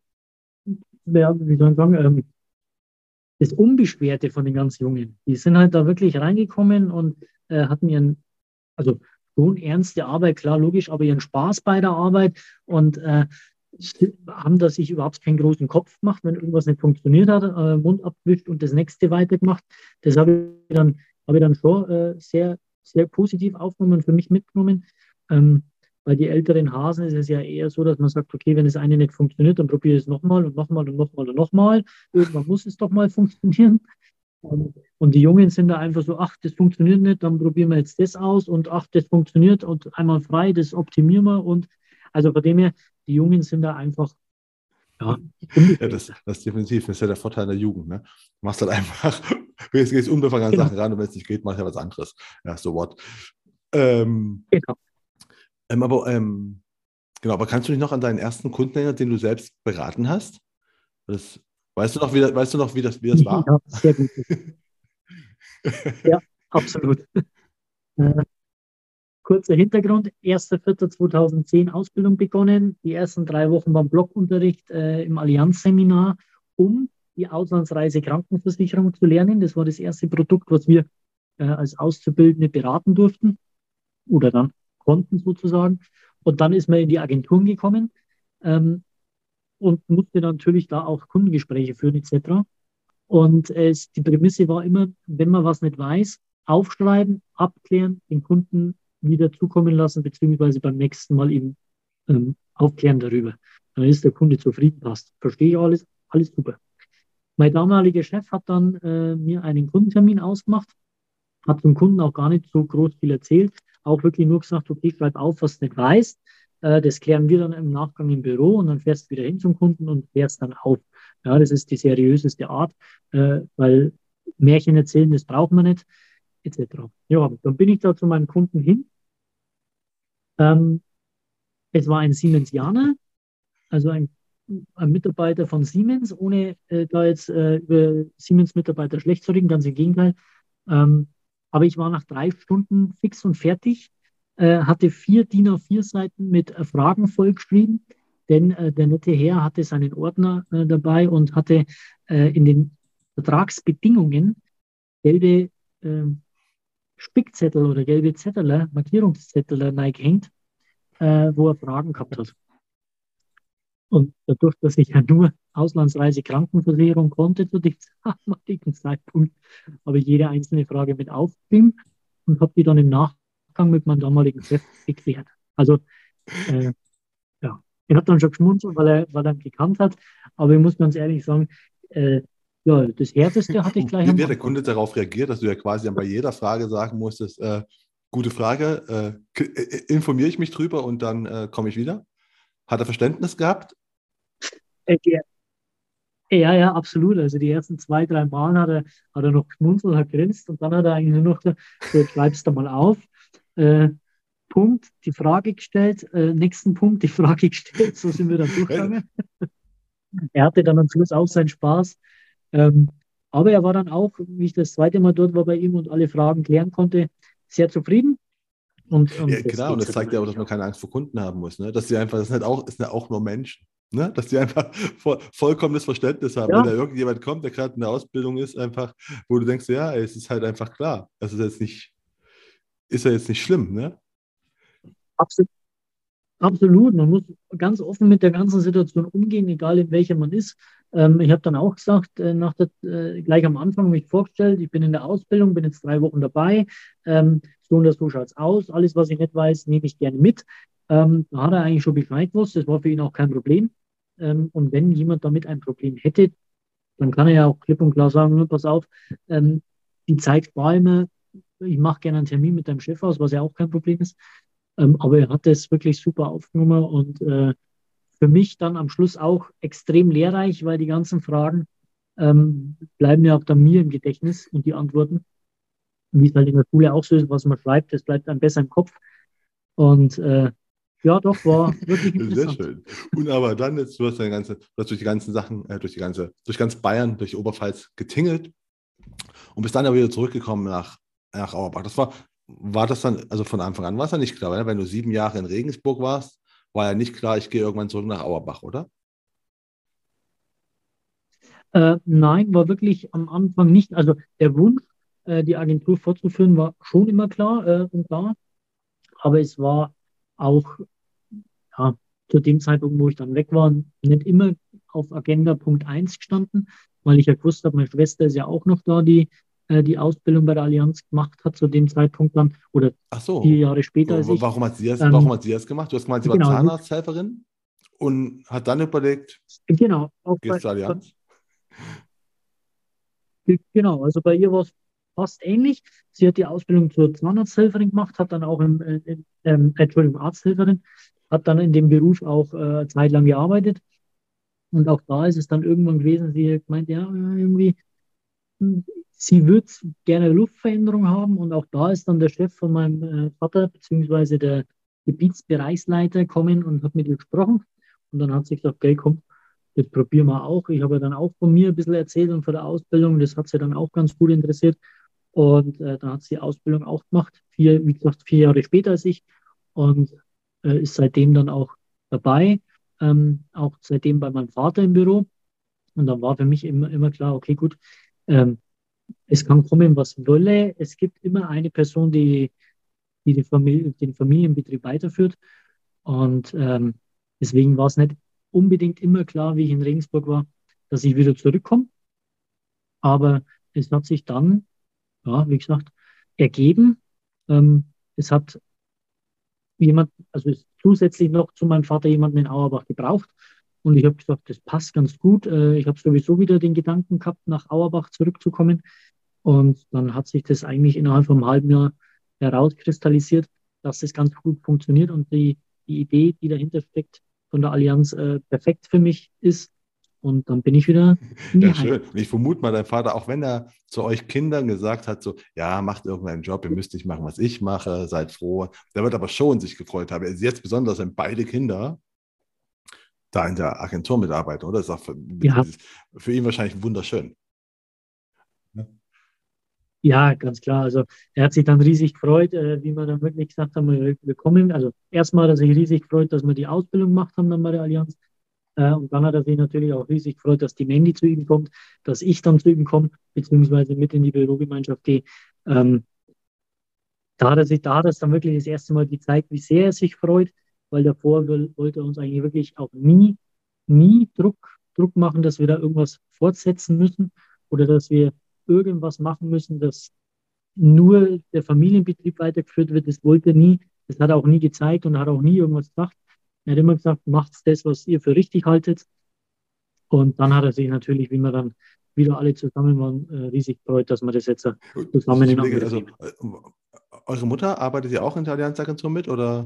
ja, wie soll ich sagen, ähm, das Unbeschwerte von den ganz Jungen. Die sind halt da wirklich reingekommen und äh, hatten ihren, also schon ernste Arbeit, klar, logisch, aber ihren Spaß bei der Arbeit und äh, haben da sich überhaupt keinen großen Kopf gemacht, wenn irgendwas nicht funktioniert hat, äh, Mund abgewischt und das nächste weitergemacht. Das habe ich dann, habe ich dann schon äh, sehr, sehr positiv aufgenommen und für mich mitgenommen. Ähm, Bei den älteren Hasen ist es ja eher so, dass man sagt, okay, wenn das eine nicht funktioniert, dann probiere ich es nochmal und nochmal und nochmal und nochmal. Irgendwann muss es doch mal funktionieren. Und, und die Jungen sind da einfach so, ach, das funktioniert nicht, dann probieren wir jetzt das aus und ach, das funktioniert und einmal frei, das optimieren wir. Und also von dem her, die Jungen sind da einfach, ja, Ja, das, unbeschwerter. das ist definitiv, das ist ja der Vorteil der Jugend. Ne? Du machst halt einfach, jetzt gehst unbefangen an Genau, Sachen ran und wenn es nicht geht, mach ich ja was anderes. Ja, so what. Ähm, genau. ähm, aber ähm, genau, aber kannst du dich noch an deinen ersten Kunden erinnern, den du selbst beraten hast? Das, weißt du noch, wie, das- weißt du noch, wie das, wie das war? Ja, sehr gut. Ja, absolut. Äh, Kurzer Hintergrund, erster vierter zweitausendzehn Ausbildung begonnen, die ersten drei Wochen beim Blockunterricht äh, im Allianz-Seminar, um die Auslandsreise Krankenversicherung zu lernen. Das war das erste Produkt, was wir äh, als Auszubildende beraten durften oder dann konnten sozusagen. Und dann ist man in die Agenturen gekommen ähm, und musste natürlich da auch Kundengespräche führen et cetera. Und es, die Prämisse war immer, wenn man was nicht weiß, aufschreiben, abklären, den Kunden wieder zukommen lassen, beziehungsweise beim nächsten Mal eben ähm, aufklären darüber. Dann ist der Kunde zufrieden, passt. Verstehe ich alles, alles super. Mein damaliger Chef hat dann äh, mir einen Kundentermin ausgemacht, hat dem Kunden auch gar nicht so groß viel erzählt, auch wirklich nur gesagt, okay, schreib auf, was du nicht weißt. Äh, das klären wir dann im Nachgang im Büro und dann fährst du wieder hin zum Kunden und klärst dann auf. Ja, das ist die seriöseste Art, äh, weil Märchen erzählen, das braucht man nicht, et cetera. Ja, dann bin ich da zu meinem Kunden hin. Ähm, Es war ein Siemensianer, also ein, ein Mitarbeiter von Siemens, ohne äh, da jetzt äh, über Siemens-Mitarbeiter schlecht zu reden, ganz im Gegenteil. Ähm, aber ich war nach drei Stunden fix und fertig, äh, hatte vier D I N A vier Seiten mit äh, Fragen vollgeschrieben, denn äh, der nette Herr hatte seinen Ordner äh, dabei und hatte äh, in den Vertragsbedingungen gelbe äh, Spickzettel oder gelbe Zettel, Markierungszettel reingehängt, äh, wo er Fragen gehabt hat. Und dadurch, dass ich ja nur Auslandsreise Krankenversicherung konnte zu diesem damaligen Zeitpunkt, habe ich jede einzelne Frage mit aufgeschrieben und habe die dann im Nachgang mit meinem damaligen Chef geklärt. Also äh, ja, er hat dann schon geschmunzelt, weil er, weil er ihn gekannt hat. Aber ich muss ganz ehrlich sagen, äh, Ja, das Härteste hatte ich Und gleich wie am wie hat der Anfang. Kunde darauf reagiert, dass du ja quasi dann bei jeder Frage sagen musstest, äh, gute Frage, äh, k- äh, informiere ich mich drüber und dann äh, komme ich wieder? Hat er Verständnis gehabt? Äh, die, ja, ja, absolut. Also die ersten zwei, drei Mal hat er, hat er noch geschmunzelt, hat grinst und dann hat er eigentlich nur noch gesagt, so, jetzt schreibst du mal auf. Äh, Punkt, die Frage gestellt, äh, nächsten Punkt, die Frage gestellt, so sind wir dann durchgegangen. Er hatte dann am Schluss auch seinen Spaß. Ähm, aber er war dann auch, wie ich das zweite Mal dort war bei ihm und alle Fragen klären konnte, sehr zufrieden. Und, Ja, und das klar, und geht das so dann zeigt ja auch, dass eigentlich man auch. keine Angst vor Kunden haben muss, ne? Dass sie einfach, das sind halt auch, das sind ja auch nur Menschen, ne? Dass die einfach voll, vollkommenes Verständnis haben. Wenn Ja, da irgendjemand kommt, der gerade in der Ausbildung ist, einfach, wo du denkst, ja, ey, es ist halt einfach klar. Das ist jetzt nicht, ist ja jetzt nicht schlimm, ne? absolut. Absolut, man muss ganz offen mit der ganzen Situation umgehen, egal in welcher man ist. Ähm, ich habe dann auch gesagt, äh, nach der, äh, gleich am Anfang mich vorgestellt, ich bin in der Ausbildung, bin jetzt drei Wochen dabei. Ähm, so und so schaut es aus. Alles, was ich nicht weiß, nehme ich gerne mit. Ähm, da hat er eigentlich schon Bescheid gewusst, das war für ihn auch kein Problem. Ähm, und wenn jemand damit ein Problem hätte, dann kann er ja auch klipp und klar sagen, "Nur pass auf, ähm, die Zeit spare ich mir, ich mache gerne einen Termin mit deinem Chef aus, was ja auch kein Problem ist. Ähm, aber er hat es wirklich super aufgenommen und äh, für mich dann am Schluss auch extrem lehrreich, weil die ganzen Fragen ähm, bleiben ja auch dann mir im Gedächtnis und die Antworten, wie es halt in der Schule auch so ist, was man schreibt, das bleibt einem besser im Kopf. Und äh, ja, doch, war wirklich Sehr interessant. schön. Und aber dann jetzt, du hast deine ganze, du hast durch die ganzen Sachen, äh, durch die ganze, durch ganz Bayern, durch die Oberpfalz getingelt und bist dann ja wieder zurückgekommen nach, nach Auerbach. Das war, war das dann, also von Anfang an war es ja nicht klar, oder? Wenn du sieben Jahre in Regensburg warst, war ja nicht klar, ich gehe irgendwann zurück nach Auerbach, oder? Äh, nein, war wirklich am Anfang nicht. Also der Wunsch, äh, die Agentur fortzuführen, war schon immer klar äh, und da. Aber es war auch ja, zu dem Zeitpunkt, wo ich dann weg war, nicht immer auf Agenda Punkt eins gestanden, weil ich ja gewusst habe, meine Schwester ist ja auch noch da, die äh, die Ausbildung bei der Allianz gemacht hat, zu dem Zeitpunkt dann, oder Ach vier so. Jahre später als W- ich. Warum hat sie das, warum Ähm, hat sie das gemacht? Du hast gemeint, sie war genau, sie- Zahnarzthelferin und hat dann überlegt, genau, auch gehst bei, zur Allianz? genau, also bei ihr war es fast ähnlich. Sie hat die Ausbildung zur Zahnarzthelferin gemacht, hat dann auch im, äh, in, ähm, Entschuldigung, Arzthelferin, hat dann in dem Beruf auch äh, zeitlang gearbeitet. Und auch da ist es dann irgendwann gewesen, sie hat gemeint, ja, irgendwie, hm, sie würde gerne Luftveränderung haben. Und auch da ist dann der Chef von meinem äh, Vater, beziehungsweise der Gebietsbereichsleiter, kommen und hat mit ihr gesprochen. Und dann hat sie gesagt, okay, komm, das probieren wir auch. Ich habe ja dann auch von mir ein bisschen erzählt und von der Ausbildung. Das hat sie dann auch ganz gut interessiert. Und äh, dann hat sie die Ausbildung auch gemacht, vier, wie gesagt, vier Jahre später als ich. Und äh, ist seitdem dann auch dabei, ähm, auch seitdem bei meinem Vater im Büro. Und dann war für mich immer, immer klar, okay, gut, ähm, es kann kommen, was wolle. Es gibt immer eine Person, die, die, die Familie, den Familienbetrieb weiterführt. Und ähm, deswegen war es nicht unbedingt immer klar, wie ich in Regensburg war, dass ich wieder zurückkomme. Aber es hat sich dann, ja, wie gesagt, ergeben. Ähm, es hat jemand, also es zusätzlich noch zu meinem Vater jemanden in Auerbach gebraucht. Und ich habe gesagt, das passt ganz gut. Äh, ich habe sowieso wieder den Gedanken gehabt, nach Auerbach zurückzukommen. Und dann hat sich das eigentlich innerhalb von einem halben Jahr herauskristallisiert, dass das ganz gut funktioniert und die, die Idee, die dahinter steckt, von der Allianz äh, perfekt für mich ist. Und dann bin ich wieder in Ja, die schön. Heimat. Und ich vermute mal, dein Vater, auch wenn er zu euch Kindern gesagt hat, so, ja, macht irgendeinen Job, ihr müsst nicht machen, was ich mache, seid froh. Der wird aber schon sich gefreut haben. Also jetzt besonders, wenn beide Kinder da in der Agentur mitarbeiten, oder? Das ist auch für, Ja, für ihn wahrscheinlich wunderschön. Ja. ja, ganz klar. Also er hat sich dann riesig gefreut, äh, wie wir dann wirklich gesagt haben, wir, wir kommen. Also erstmal hat er sich riesig gefreut, dass wir die Ausbildung gemacht haben dann bei der Allianz. Äh, und dann hat er sich natürlich auch riesig gefreut, dass die Mandy zu ihm kommt, dass ich dann zu ihm komme, beziehungsweise mit in die Bürogemeinschaft gehe. Ähm, da hat er sich, da hat er es dann wirklich das erste Mal gezeigt, wie sehr er sich freut, weil davor will, wollte er uns eigentlich wirklich auch nie, nie Druck, Druck machen, dass wir da irgendwas fortsetzen müssen oder dass wir irgendwas machen müssen, dass nur der Familienbetrieb weitergeführt wird. Das wollte er nie. Das hat er auch nie gezeigt und hat auch nie irgendwas gesagt. Er hat immer gesagt, macht das, was ihr für richtig haltet. Und dann hat er sich natürlich, wie wir dann wieder alle zusammen waren, äh, riesig freut, dass wir das jetzt äh, Ich, zusammen ich in überlege, Angriff also nehmen. äh, eure Mutter arbeitet ja auch in der Allianzagentur mit, oder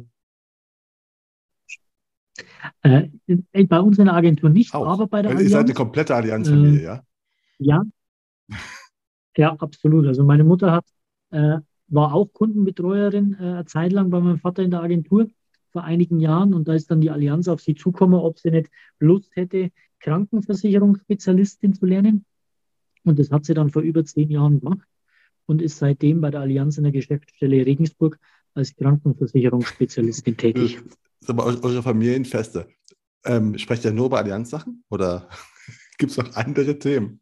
Äh, in, bei uns in der Agentur nicht, auch? aber bei der Also ihr seid eine Allianz. komplette Äh, Allianzfamilie, ja? ja, ja, absolut. Also meine Mutter hat, äh, war auch Kundenbetreuerin äh, eine Zeit lang bei meinem Vater in der Agentur vor einigen Jahren und da ist dann die Allianz auf sie zugekommen, ob sie nicht Lust hätte, Krankenversicherungsspezialistin zu lernen. Und das hat sie dann vor über zehn Jahren gemacht und ist seitdem bei der Allianz in der Geschäftsstelle Regensburg als Krankenversicherungsspezialistin Äh, tätig. Sag mal, eu- eure Familienfeste. Ähm, sprecht ihr nur über Allianz-Sachen oder gibt es noch andere Themen?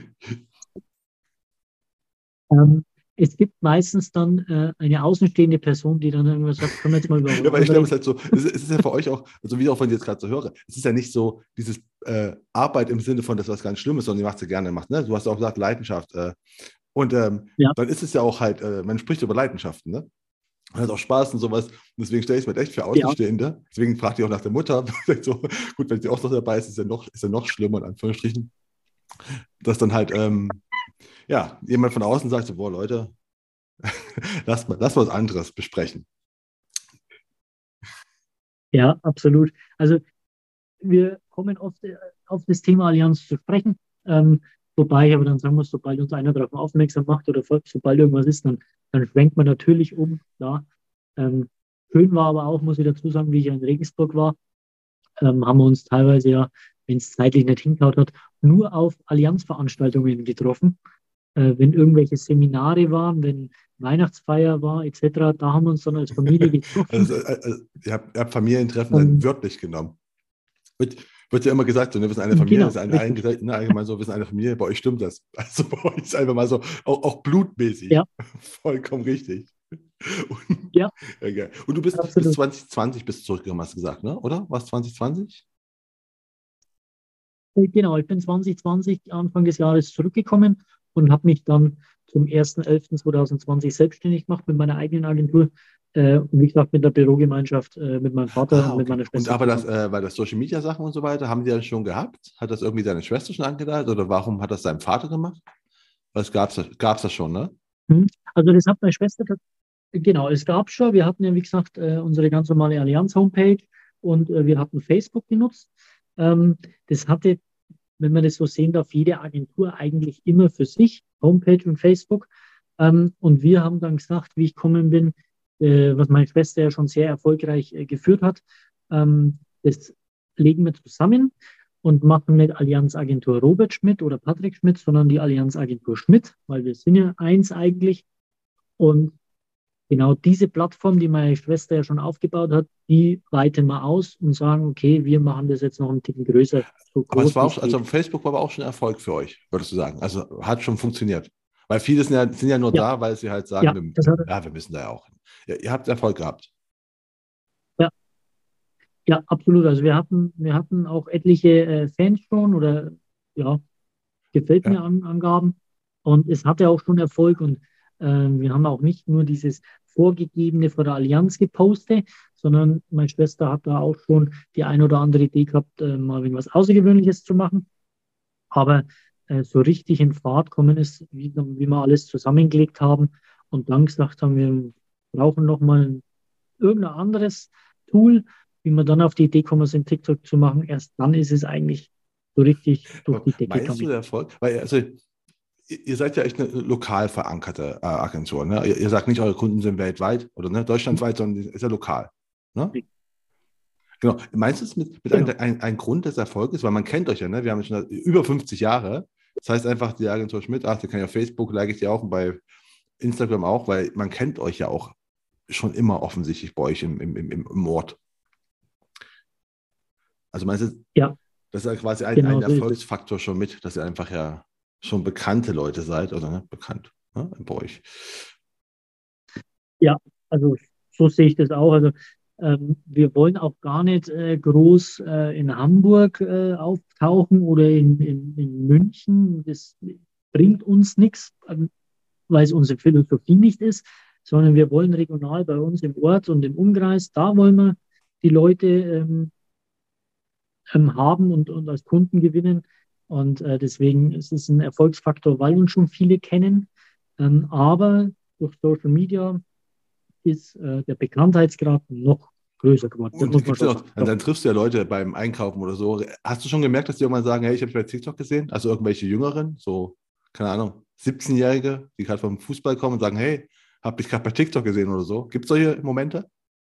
Ähm, Es gibt meistens dann äh, eine außenstehende Person, die dann irgendwas sagt, können wir jetzt mal über was Ja, weil ich anderes glaube, es ist reden. halt so, es ist, es ist ja für euch auch, also wie auch wenn ich jetzt gerade so höre, es ist ja nicht so dieses äh, Arbeit im Sinne von, das was ganz Schlimmes, sondern ihr macht es ja gerne, macht, ne? Du hast auch gesagt, Leidenschaft. Äh, und ähm, Ja, dann ist es ja auch halt, äh, man spricht über Leidenschaften, ne? Und hat auch Spaß und sowas. Und deswegen stelle ich es mir echt für ja, Außenstehende. Deswegen fragt ihr auch nach der Mutter. so, gut, wenn sie auch noch dabei ist, ist ja noch, ist ja noch schlimmer, in Anführungsstrichen. Dass dann halt, ähm, ja, jemand von außen sagt so, boah, Leute, lass mal, lass mal was anderes besprechen. ja, absolut. Also wir kommen oft äh, auf das Thema Allianz zu sprechen. Ähm, wobei ich aber dann sagen muss, sobald uns einer darauf aufmerksam macht oder so- sobald irgendwas ist, dann, dann schwenkt man natürlich um. Klar. Ähm, schön war aber auch, muss ich dazu sagen, wie ich ja in Regensburg war, ähm, haben wir uns teilweise ja, wenn es zeitlich nicht hingehauen hat, nur auf Allianzveranstaltungen getroffen. Äh, wenn irgendwelche Seminare waren, wenn Weihnachtsfeier war, et cetera, da haben wir uns dann als Familie getroffen. Also, äh, äh, ihr habt, ihr habt Familientreffen dann Ähm, wörtlich genommen. Wird, wird ja immer gesagt, so, ne, wir sind eine Familie, das genau, ist ein, allen richtig. gesagt, ne, allgemein so, wir sind eine Familie, bei euch stimmt das. Also bei euch ist einfach mal so, auch, auch blutmäßig. Ja, Vollkommen richtig. Und, ja, ja, geil. Und du bist bis absolut. zwanzig zwanzig bist zurückgekommen, hast du gesagt, ne? Oder? Was zwanzig zwanzig? Äh, Genau, ich bin zwanzig zwanzig Anfang des Jahres zurückgekommen und habe mich dann zum ersten elften zweitausendzwanzig selbstständig gemacht mit meiner eigenen Agentur. Äh, und wie gesagt, mit der Bürogemeinschaft, äh, mit meinem Vater Ah, und mit okay. meiner Und Schwester aber das, zusammen. äh, weil das Social Media Sachen und so weiter, haben die das schon gehabt? Hat das irgendwie deine Schwester schon angeleitet oder warum hat das dein Vater gemacht? Was gab's da, gab's das schon, ne? Hm. Also das hat meine Schwester, tat- genau, es gab schon. Wir hatten ja, wie gesagt, äh, unsere ganz normale Allianz-Homepage und äh, wir hatten Facebook genutzt. Ähm, Das hatte, wenn man das so sehen darf, jede Agentur eigentlich immer für sich, Homepage und Facebook. Ähm, und wir haben dann gesagt, wie ich gekommen bin, äh, was meine Schwester ja schon sehr erfolgreich äh, geführt hat, ähm, das legen wir zusammen und machen nicht Allianz Agentur Robert Schmidt oder Patrick Schmidt, sondern die Allianz Agentur Schmidt, weil wir sind ja eins eigentlich. Und genau diese Plattform, die meine Schwester ja schon aufgebaut hat, die weiten wir aus und sagen, okay, wir machen das jetzt noch ein Ticken größer, so Aber es groß war wie auch, es also geht. Facebook war aber auch schon ein Erfolg für euch, würdest du sagen. Also hat schon funktioniert. Weil viele sind ja, sind ja nur Ja, da, weil sie halt sagen, ja, wir, das hat, ja, wir müssen da ja auch hin. Ja, ihr habt Erfolg gehabt. ja, ja, absolut. Also wir hatten, wir hatten auch etliche äh, Fans schon oder ja, gefällt Ja. mir an, Angaben. Und es hatte auch schon Erfolg und ähm, wir haben auch nicht nur dieses Vorgegebene vor der Allianz gepostet, sondern meine Schwester hat da auch schon die ein oder andere Idee gehabt, äh, mal irgendwas Außergewöhnliches zu machen. Aber äh, so richtig in Fahrt kommen ist, wie, wie wir alles zusammengelegt haben und dann gesagt haben, wir brauchen noch mal irgendein anderes Tool, wie wir dann auf die Idee kommen sind, TikTok zu machen. Erst dann ist es eigentlich so richtig durch Aber die Decke meinst du, gegangen. der Erfolg? Weil, also, ihr ihr seid ja echt eine lokal verankerte äh, Agentur. Ne? Ihr, ihr sagt nicht, eure Kunden sind weltweit oder ne, deutschlandweit, sondern ist ja lokal. Ne? Genau. Meinst du es mit, mit ein, Genau. ein, ein Grund des Erfolges? Weil man kennt euch ja, ne? Wir haben schon über fünfzig Jahre. Das heißt einfach, die Agentur Schmidt, ach, die kann ja auf Facebook, like ich die auch und bei Instagram auch, weil man kennt euch ja auch schon immer offensichtlich bei euch im, im, im, im Ort. Also meinst du, Ja, das ist ja quasi ein, ein genau so ist es. Erfolgsfaktor schon mit, dass ihr einfach ja schon bekannte Leute seid, oder ne? Bekannt, ne? Bei euch. Ja, also so sehe ich das auch. Also ähm, wir wollen auch gar nicht äh, groß äh, in Hamburg äh, auftauchen oder in, in, in München. Das bringt uns nichts, ähm, weil es unsere Philosophie nicht ist, sondern wir wollen regional bei uns im Ort und im Umkreis, da wollen wir die Leute ähm, ähm, haben und, und als Kunden gewinnen. Und äh, deswegen ist es ein Erfolgsfaktor, weil uns schon viele kennen. Ähm, aber durch Social Media ist äh, der Bekanntheitsgrad noch größer geworden. Das Und muss man gibt's ja schon noch, sagen. dann, Doch. dann triffst du ja Leute beim Einkaufen oder so. Hast du schon gemerkt, dass die irgendwann sagen, hey, ich habe dich bei TikTok gesehen? Also irgendwelche Jüngeren, so, keine Ahnung, siebzehn-Jährige, die gerade vom Fußball kommen und sagen, hey, habe ich gerade bei TikTok gesehen oder so. Gibt es solche Momente?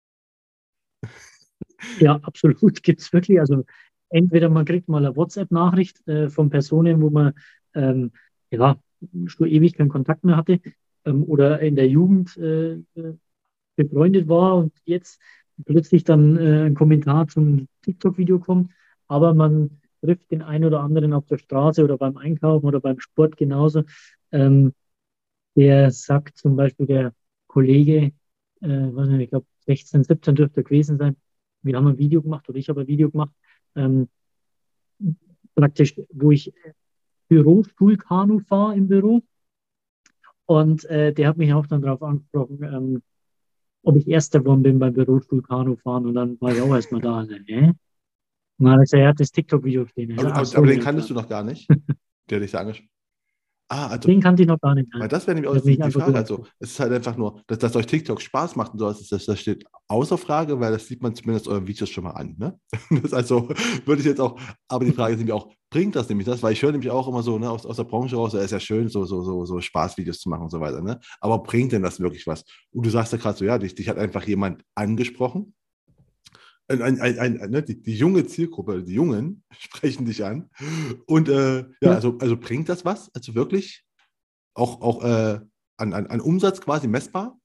Ja, absolut, gibt es wirklich. Also entweder man kriegt mal eine WhatsApp-Nachricht äh, von Personen, wo man ähm, ja, schon ewig keinen Kontakt mehr hatte ähm, oder in der Jugend äh, äh, befreundet war und jetzt plötzlich dann äh, ein Kommentar zum TikTok-Video kommt. Aber man trifft den einen oder anderen auf der Straße oder beim Einkaufen oder beim Sport genauso. Ähm, Der sagt zum Beispiel, der Kollege, äh, weiß nicht, ich glaube sechzehn, siebzehn dürfte er gewesen sein, wir haben ein Video gemacht oder ich habe ein Video gemacht, ähm, praktisch, wo ich Bürostuhl-Kanu fahre im Büro. Und äh, der hat mich auch dann darauf angesprochen, ähm, ob ich Erster geworden bin beim Bürostuhl-Kanu fahren. Und dann war ich auch erstmal da. Also, hä? Und dann hat er gesagt, er hat das TikTok-Video gesehen. Ich Aber, so, ach aber, so, aber den ja kanntest klar. du noch gar nicht, der dich da angesprochen hat. Ah, also Den kannte ich noch gar nicht. weil Nein. das wäre nämlich Der auch hat die, mich die einfach Frage. so Also, angesprochen. es ist halt einfach nur, dass, dass euch TikTok Spaß macht und so, das, das, das steht außer Frage, weil das sieht man zumindest euren Videos schon mal an. Ne? Das also würde ich jetzt auch, aber die Frage ist nämlich auch, bringt das nämlich das? Weil ich höre nämlich auch immer so ne, aus, aus der Branche raus, es ist ja schön, so, so, so, so Spaßvideos zu machen und so weiter. Ne? Aber bringt denn das wirklich was? Und du sagst ja gerade so, ja, dich, dich hat einfach jemand angesprochen. Ein, ein, ein, ein, ne, die, die junge Zielgruppe, die Jungen sprechen dich an. Und äh, ja, Ja. also, also bringt das was? Also wirklich? Auch, auch äh, an, an, an Umsatz quasi messbar?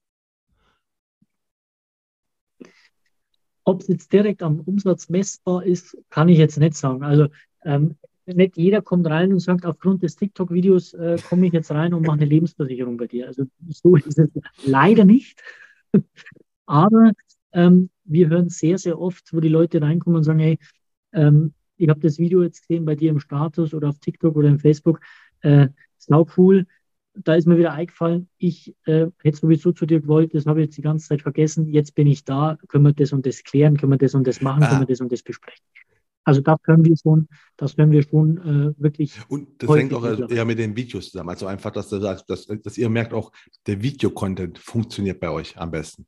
Ob es jetzt direkt am Umsatz messbar ist, kann ich jetzt nicht sagen. Also ähm, nicht jeder kommt rein und sagt, aufgrund des TikTok-Videos äh, komme ich jetzt rein und mache eine Lebensversicherung bei dir. Also so ist es leider nicht. Aber ähm, wir hören sehr, sehr oft, wo die Leute reinkommen und sagen, hey, ähm, ich habe das Video jetzt gesehen bei dir im Status oder auf TikTok oder im Facebook. Äh, sau cool. Da ist mir wieder eingefallen, ich äh, hätte sowieso zu dir gewollt, das habe ich jetzt die ganze Zeit vergessen. Jetzt bin ich da, können wir das und das klären, können wir das und das machen, können wir Ah, das und das besprechen. Also das können wir schon, das können wir schon äh, wirklich und das hängt häufig auch also mittlerweile. eher mit den Videos zusammen. Also einfach, dass du sagst, dass, dass ihr merkt auch, der Videocontent funktioniert bei euch am besten.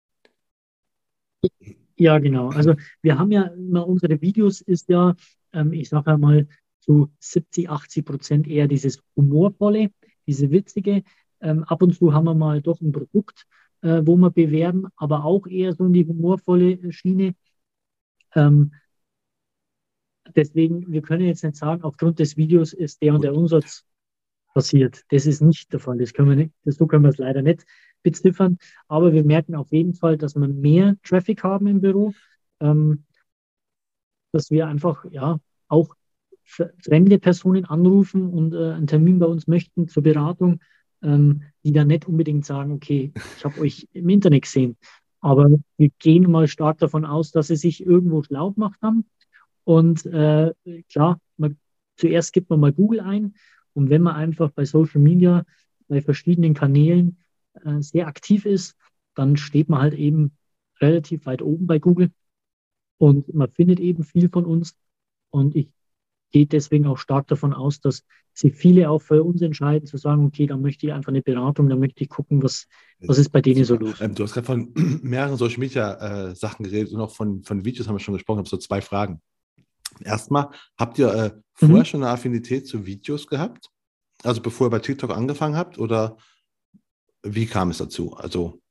Ja, genau. Also wir haben ja immer unsere Videos ist ja, ähm, ich sage ja mal, zu siebzig, achtzig Prozent eher dieses humorvolle, diese witzige. Ähm, ab und zu haben wir mal doch ein Produkt, äh, wo wir bewerben, aber auch eher so in die humorvolle Schiene. Ähm, Deswegen, wir können jetzt nicht sagen, aufgrund des Videos ist der und der Gut. Umsatz passiert. Das ist nicht der Fall. Das können wir nicht, das, so können wir es leider nicht beziffern. Aber wir merken auf jeden Fall, dass wir mehr Traffic haben im Büro. Ähm, Dass wir einfach ja auch fremde Personen anrufen und äh, einen Termin bei uns möchten zur Beratung, ähm, die dann nicht unbedingt sagen, okay, ich habe euch im Internet gesehen. Aber wir gehen mal stark davon aus, dass sie sich irgendwo schlau gemacht haben. Und äh, klar, man, zuerst gibt man mal Google ein. Und wenn man einfach bei Social Media, bei verschiedenen Kanälen äh, sehr aktiv ist, dann steht man halt eben relativ weit oben bei Google. Und man findet eben viel von uns. Und ich gehe deswegen auch stark davon aus, dass sich viele auch für uns entscheiden, zu sagen, okay, da möchte ich einfach eine Beratung, da möchte ich gucken, was, was ist bei denen so Super. los. Ähm, du hast gerade von mehreren Social Media äh, Sachen geredet und auch von, von Videos haben wir schon gesprochen. Ich habe so zwei Fragen. Erstmal, habt ihr äh, Mhm. vorher schon eine Affinität zu Videos gehabt? Also bevor ihr bei TikTok angefangen habt? Oder wie kam es dazu? Also,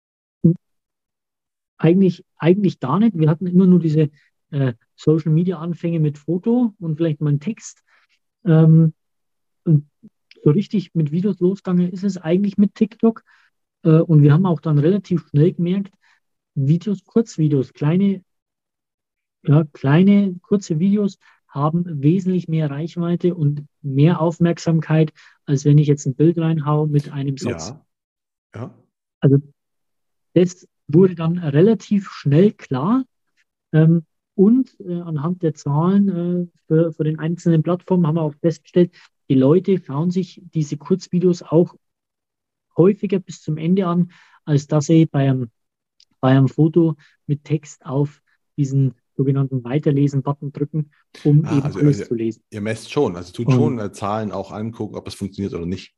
Eigentlich, eigentlich gar nicht. Wir hatten immer nur diese äh, Social Media Anfänge mit Foto und vielleicht mal einen Text. Ähm, und so richtig mit Videos losgegangen ist es eigentlich mit TikTok. Äh, und wir haben auch dann relativ schnell gemerkt, Videos, Kurzvideos, kleine Ja, kleine, kurze Videos haben wesentlich mehr Reichweite und mehr Aufmerksamkeit, als wenn ich jetzt ein Bild reinhaue mit einem Satz. ja, ja. Also das wurde dann relativ schnell klar. Ähm, und äh, anhand der Zahlen äh, für, für den einzelnen Plattformen haben wir auch festgestellt, die Leute schauen sich diese Kurzvideos auch häufiger bis zum Ende an, als dass sie bei einem, bei einem Foto mit Text auf diesen sogenannten Weiterlesen-Button drücken, um Ah, eben also alles ihr, zu lesen. ihr messt schon, also tut Und schon äh, Zahlen auch angucken, ob es funktioniert oder nicht.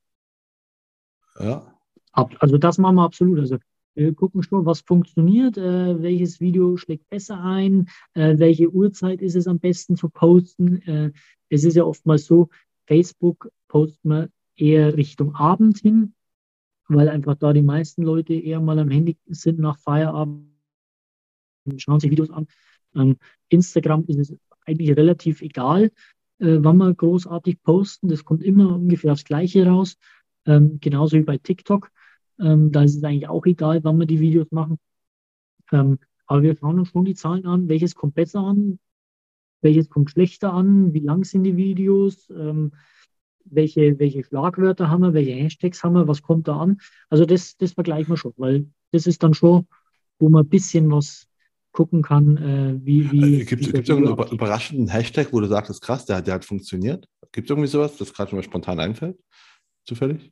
Ja. ab, also das machen wir absolut. Also wir gucken schon, was funktioniert, äh, welches Video schlägt besser ein, äh, welche Uhrzeit ist es am besten zu posten. Äh, es ist ja oftmals so, Facebook postet man eher Richtung Abend hin, weil einfach da die meisten Leute eher mal am Handy sind nach Feierabend und schauen sich Videos an. Ähm, Instagram ist es eigentlich relativ egal, äh, wann wir großartig posten. Das kommt immer ungefähr aufs Gleiche raus. Ähm, genauso wie bei TikTok. Ähm, da ist es eigentlich auch egal, wann wir die Videos machen. Ähm, aber wir schauen uns schon die Zahlen an, welches kommt besser an, welches kommt schlechter an, wie lang sind die Videos, ähm, welche, welche Schlagwörter haben wir, welche Hashtags haben wir, was kommt da an. Also das, das vergleichen wir schon, weil das ist dann schon, wo man ein bisschen was gucken kann, äh, wie, Äh, wie, Gibt wie es so ein irgendeinen Video über, abgeht. überraschenden Hashtag, wo du sagst, das ist krass, der, der hat funktioniert? Gibt es irgendwie sowas, das gerade mal spontan einfällt? Zufällig?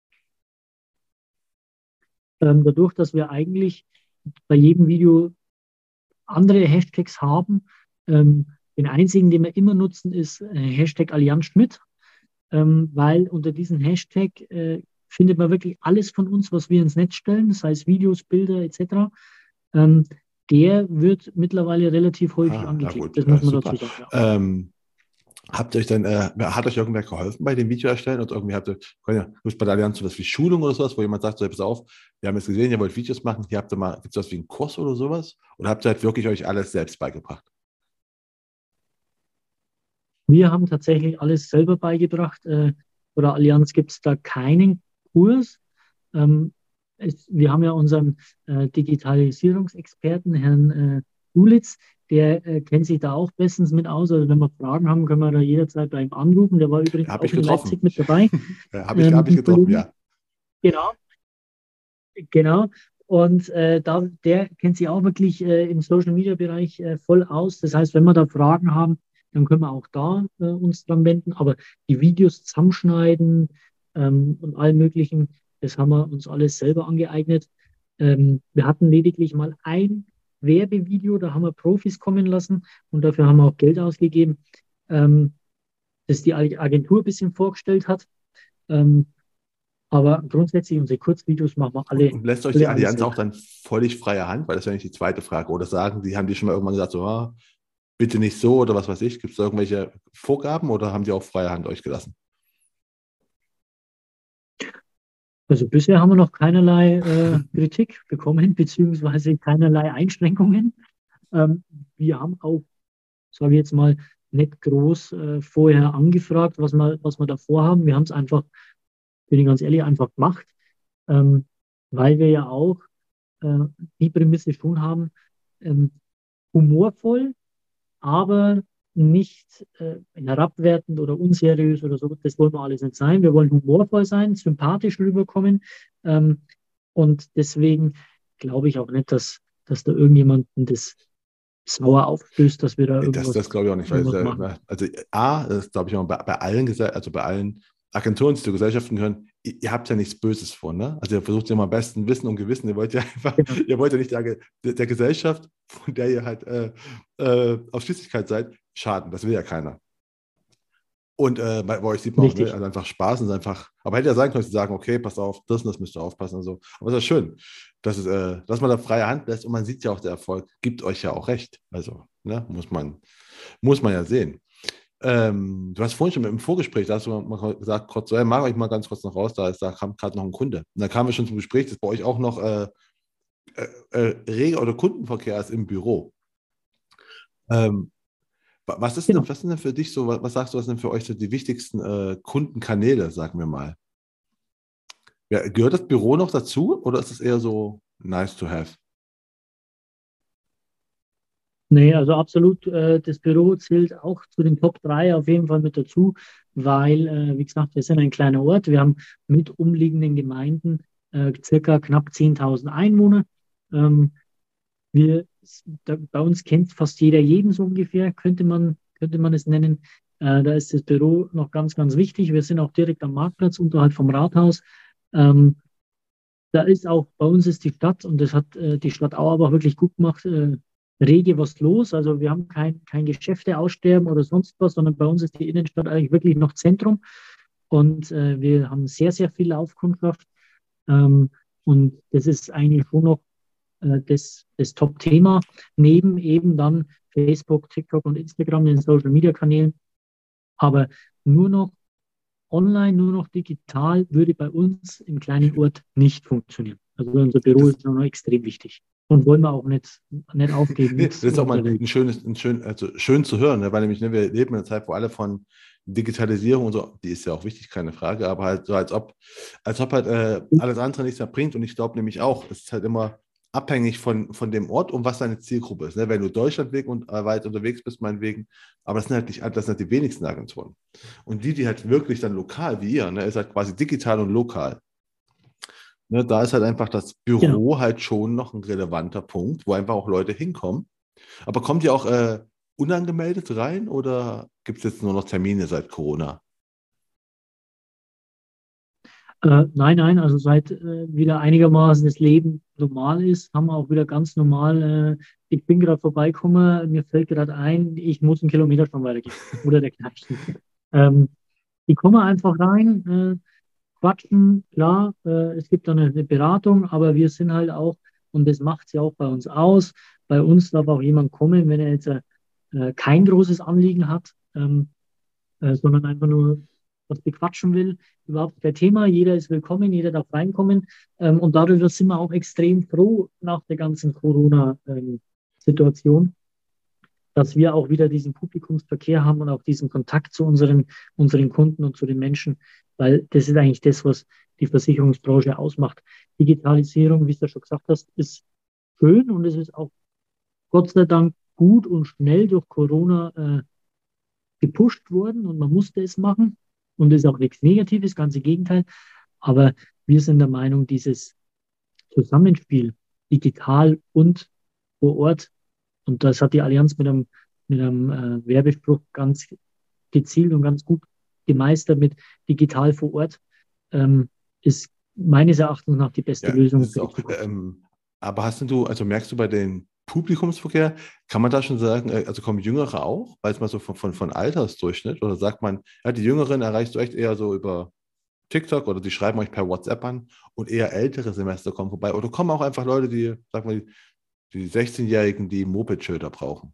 Ähm, dadurch, dass wir eigentlich bei jedem Video andere Hashtags haben, ähm, den einzigen, den wir immer nutzen, ist äh, Hashtag Allianz Schmidt, ähm, weil unter diesem Hashtag äh, findet man wirklich alles von uns, was wir ins Netz stellen, das heißt Videos, Bilder et cetera. Ähm, der wird mittlerweile relativ häufig Ah, ja angeklickt, gut, das äh, muss man dazu super. sagen. Ja. Ähm, habt ihr euch dann, äh, hat euch irgendwer geholfen bei dem Video erstellen? Oder irgendwie habt ihr, ja, du bist bei der Allianz sowas wie Schulung oder sowas, wo jemand sagt, so, pass auf, wir haben jetzt gesehen, ihr wollt Videos machen, hier habt ihr mal, gibt es sowas wie einen Kurs oder sowas? Oder habt ihr halt wirklich euch alles selbst beigebracht? Wir haben tatsächlich alles selber beigebracht. Äh, bei der Allianz gibt es da keinen Kurs. Ähm, es, wir haben ja unseren äh, Digitalisierungsexperten, Herrn äh, Dulitz, der äh, kennt sich da auch bestens mit aus. Also wenn wir Fragen haben, können wir da jederzeit bei ihm anrufen. Der war übrigens Habe auch ich in Leipzig getroffen. mit dabei, Ja, habe ich, äh, hab mit ich einem getroffen, Kollegen. ja. Genau, genau. Und äh, da, der kennt sich auch wirklich äh, im Social Media Bereich äh, voll aus. Das heißt, wenn wir da Fragen haben, dann können wir auch da äh, uns dran wenden. Aber die Videos zusammenschneiden ähm, und allem Möglichen, das haben wir uns alles selber angeeignet. Ähm, wir hatten lediglich mal ein Werbevideo, da haben wir Profis kommen lassen und dafür haben wir auch Geld ausgegeben, ähm, das die Agentur ein bisschen vorgestellt hat. Ähm, aber grundsätzlich unsere Kurzvideos machen wir Und, alle, und lässt euch die alle, alle Allianz auch selber. dann völlig freie Hand? Weil das ist ja nicht die zweite Frage. Oder sagen die, haben die schon mal irgendwann gesagt, so, ah, bitte nicht so oder was weiß ich? Gibt es da irgendwelche Vorgaben oder haben die auch freie Hand euch gelassen? Also bisher haben wir noch keinerlei äh, Kritik bekommen, beziehungsweise keinerlei Einschränkungen. Ähm, wir haben auch, sage ich jetzt mal, nicht groß äh, vorher angefragt, was wir, was wir da vorhaben. Wir haben es einfach, bin ich ganz ehrlich, einfach gemacht, ähm, weil wir ja auch äh, die Prämisse schon haben, ähm, humorvoll, aber nicht äh, herabwertend oder unseriös oder so. Das wollen wir alles nicht sein. Wir wollen humorvoll sein, sympathisch rüberkommen. Ähm, und deswegen glaube ich auch nicht, dass, dass da irgendjemanden das sauer aufstößt, dass wir da Das, das irgendwas, glaube ich auch nicht, weil irgendwas machen. äh, also A, das glaube ich auch bei, bei allen Gesell also bei allen Agenturen, die zu Gesellschaften gehören, ihr, ihr habt ja nichts Böses vor, ne? Also ihr versucht ja mal am besten Wissen und Gewissen, ihr wollt ja einfach, Genau. ihr wollt ja nicht der, der, der Gesellschaft, von der ihr halt äh, äh, auf Schließlichkeit seid, schaden. Das will ja keiner. Und äh, bei, bei euch sieht man auch, ne? Richtig. Also einfach Spaß und einfach, aber hätte ja sagen können, dass sie sagen, okay, pass auf, das und das müsst ihr aufpassen und so. Aber es ist ja schön, dass, es, äh, dass man da freie Hand lässt und man sieht ja auch, der Erfolg gibt euch ja auch recht. Also, ne, muss man, muss man ja sehen. Ähm, du hast vorhin schon im Vorgespräch, da hast du mal gesagt, kurz, so, hey, mach euch mal ganz kurz noch raus, da, ist, da kam gerade noch ein Kunde. Und dann kamen wir schon zum Gespräch, dass bei euch auch noch äh, äh, äh, Rege oder Kundenverkehr ist im Büro. Ähm, Was ist denn, Genau. was sind denn für dich so, was, was sagst du, was sind denn für euch so die wichtigsten äh, Kundenkanäle, sagen wir mal? Ja, gehört das Büro noch dazu oder ist es eher so nice to have? Nee, also absolut, äh, das Büro zählt auch zu den Top drei auf jeden Fall mit dazu, weil, äh, wie gesagt, wir sind ein kleiner Ort. Wir haben mit umliegenden Gemeinden äh, circa knapp zehntausend Einwohner. Ähm, wir, da, bei uns kennt fast jeder jeden so ungefähr, könnte man, könnte man es nennen. Äh, da ist das Büro noch ganz, ganz wichtig. Wir sind auch direkt am Marktplatz unterhalb vom Rathaus. Ähm, da ist auch, bei uns ist die Stadt, und das hat äh, die Stadt Auerbach wirklich gut gemacht, äh, rege was los. Also wir haben kein, kein Geschäfteaussterben oder sonst was, sondern bei uns ist die Innenstadt eigentlich wirklich noch Zentrum. Und äh, wir haben sehr, sehr viel Laufkundschaft. Ähm, und das ist eigentlich schon noch äh, das, das Top-Thema, neben eben dann Facebook, TikTok und Instagram, den Social-Media-Kanälen. Aber nur noch online, nur noch digital würde bei uns im kleinen Ort nicht funktionieren. Also unser Büro Das, ist noch extrem wichtig und wollen wir auch nicht, nicht aufgeben nee, mit das ist auch mal unserer Welt. ein schönes, ein schön, also schön zu hören, ne? Weil nämlich, ne, wir leben in einer Zeit, wo alle von Digitalisierung und so, die ist ja auch wichtig, keine Frage, aber halt so, als ob, als ob halt äh, alles andere nichts mehr bringt. Und ich glaube nämlich auch, es ist halt immer abhängig von, von dem Ort und was deine Zielgruppe ist. Ne? Wenn du deutschlandweit und, äh, weit unterwegs bist, meinetwegen, aber das sind halt nicht, das sind halt die wenigsten Agenturen. Und die, die halt wirklich dann lokal wie ihr, ne, ist halt quasi digital und lokal. Ne, da ist halt einfach das Genau. Büro halt schon noch ein relevanter Punkt, wo einfach auch Leute hinkommen. Aber kommt ihr auch äh, unangemeldet rein oder gibt es jetzt nur noch Termine seit Corona? Äh, nein, nein, also seit äh, wieder einigermaßen das Leben normal ist, haben wir auch wieder ganz normal, äh, ich bin gerade vorbeigekommen, mir fällt gerade ein, ich muss einen Kilometer schon weitergehen oder dergleichen. Ähm, die kommen einfach rein, äh, quatschen, klar, äh, es gibt dann eine, eine Beratung, aber wir sind halt auch, und das macht sie auch bei uns aus, bei uns darf auch jemand kommen, wenn er jetzt äh, äh, kein großes Anliegen hat, ähm, äh, sondern einfach nur was bequatschen will. Überhaupt kein Thema. Jeder ist willkommen, jeder darf reinkommen. Ähm, und darüber sind wir auch extrem froh nach der ganzen Corona-Situation, dass wir auch wieder diesen Publikumsverkehr haben und auch diesen Kontakt zu unseren, unseren Kunden und zu den Menschen, weil das ist eigentlich das, was die Versicherungsbranche ausmacht. Digitalisierung, wie du ja schon gesagt hast, ist schön und es ist auch Gott sei Dank gut und schnell durch Corona äh, gepusht worden und man musste es machen. Und es ist auch nichts Negatives, ganz im Gegenteil. Aber wir sind der Meinung, dieses Zusammenspiel digital und vor Ort, und das hat die Allianz mit einem, mit einem äh, Werbespruch ganz gezielt und ganz gut gemeistert mit digital vor Ort, ähm, ist meines Erachtens nach die beste Ja, das Lösung ist für die auch. Zukunft. Ähm, aber hast du, also merkst du bei den Publikumsverkehr, kann man da schon sagen, äh, also kommen Jüngere auch, weil es mal so von, von, von Altersdurchschnitt, oder sagt man, ja, die Jüngeren erreichst du echt eher so über TikTok oder die schreiben euch per WhatsApp an und eher ältere Semester kommen vorbei. Oder kommen auch einfach Leute, die, sag mal, die sechzehn-Jährigen, die Moped-Schilder brauchen.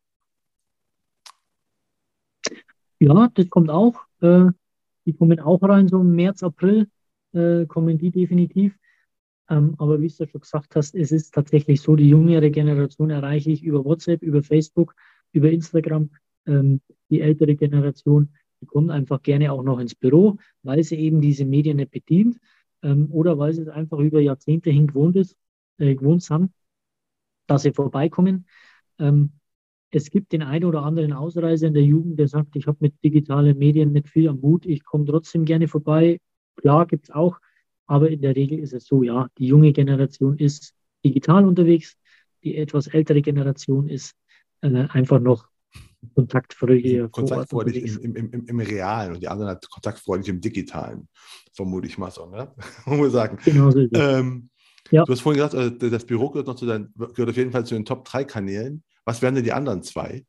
Ja, das kommt auch. Äh, die kommen auch rein, so im März, April äh, kommen die definitiv. Ähm, aber wie du schon gesagt hast, es ist tatsächlich so, die jüngere Generation erreiche ich über WhatsApp, über Facebook, über Instagram. Ähm, die ältere Generation, die kommt einfach gerne auch noch ins Büro, weil sie eben diese Medien nicht bedient ähm, oder weil sie es einfach über Jahrzehnte hin gewohnt ist, äh, gewohnt sind, dass sie vorbeikommen. Ähm, es gibt den einen oder anderen Ausreißer in der Jugend, der sagt, ich habe mit digitalen Medien nicht viel am Hut, ich komme trotzdem gerne vorbei. Klar, gibt es auch, aber in der Regel ist es so, ja, die junge Generation ist digital unterwegs, die etwas ältere Generation ist äh, einfach noch Die kontaktfreudiger sind vor Ort kontaktfreudig im, unterwegs. im, im, im Realen und die anderen halt kontaktfreudig im Digitalen, vermute ich mal so, ne? Muss man sagen. Genau so ist es. Ähm, Ja, Du hast vorhin gesagt, äh, das Büro gehört noch zu deinen, gehört auf jeden Fall zu den Top drei Kanälen. Was wären denn die anderen zwei?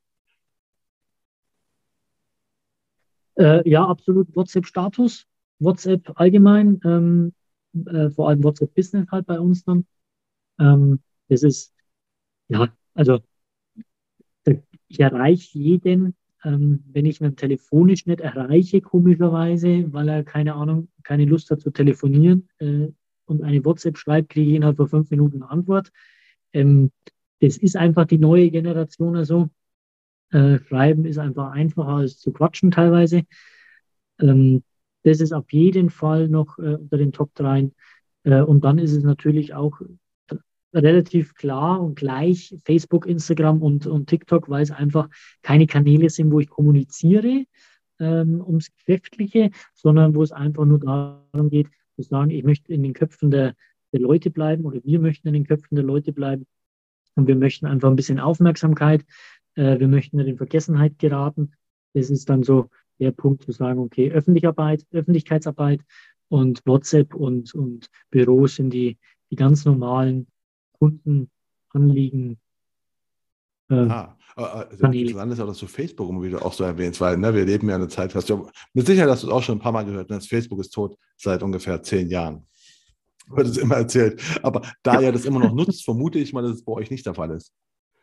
äh, ja, absolut WhatsApp-Status, WhatsApp allgemein, ähm, äh, vor allem WhatsApp Business halt bei uns dann. Ähm, das ist, ja, also ich erreiche jeden, ähm, wenn ich ihn telefonisch nicht erreiche, komischerweise, weil er keine Ahnung, keine Lust hat zu telefonieren äh, und eine WhatsApp schreibt, kriege ich innerhalb von fünf Minuten eine Antwort. Ähm, das ist einfach die neue Generation also. Äh, Schreiben ist einfach einfacher als zu quatschen teilweise. Ähm, das ist auf jeden Fall noch äh, unter den Top drei. Äh, und dann ist es natürlich auch relativ klar und gleich Facebook, Instagram und, und TikTok, weil es einfach keine Kanäle sind, wo ich kommuniziere ähm, ums Geschäftliche, sondern wo es einfach nur darum geht, zu sagen, ich möchte in den Köpfen der, der Leute bleiben oder wir möchten in den Köpfen der Leute bleiben und wir möchten einfach ein bisschen Aufmerksamkeit, äh, wir möchten nicht in Vergessenheit geraten. Das ist dann so der Punkt zu sagen, okay, Öffentlichkeit, Öffentlichkeitsarbeit und WhatsApp und, und Büros sind die, die ganz normalen Kundenanliegen äh, Ah, äh, äh, Kanäle. interessant ist auch, dass du Facebook immer wieder auch so erwähnst, weil ne, wir leben ja eine Zeit, hast du, mit Sicherheit hast du es auch schon ein paar Mal gehört, ne, dass Facebook ist tot seit ungefähr zehn Jahren. Wird es immer erzählt. Aber da Ja, ihr das immer noch nutzt, vermute ich mal, dass es bei euch nicht der Fall ist.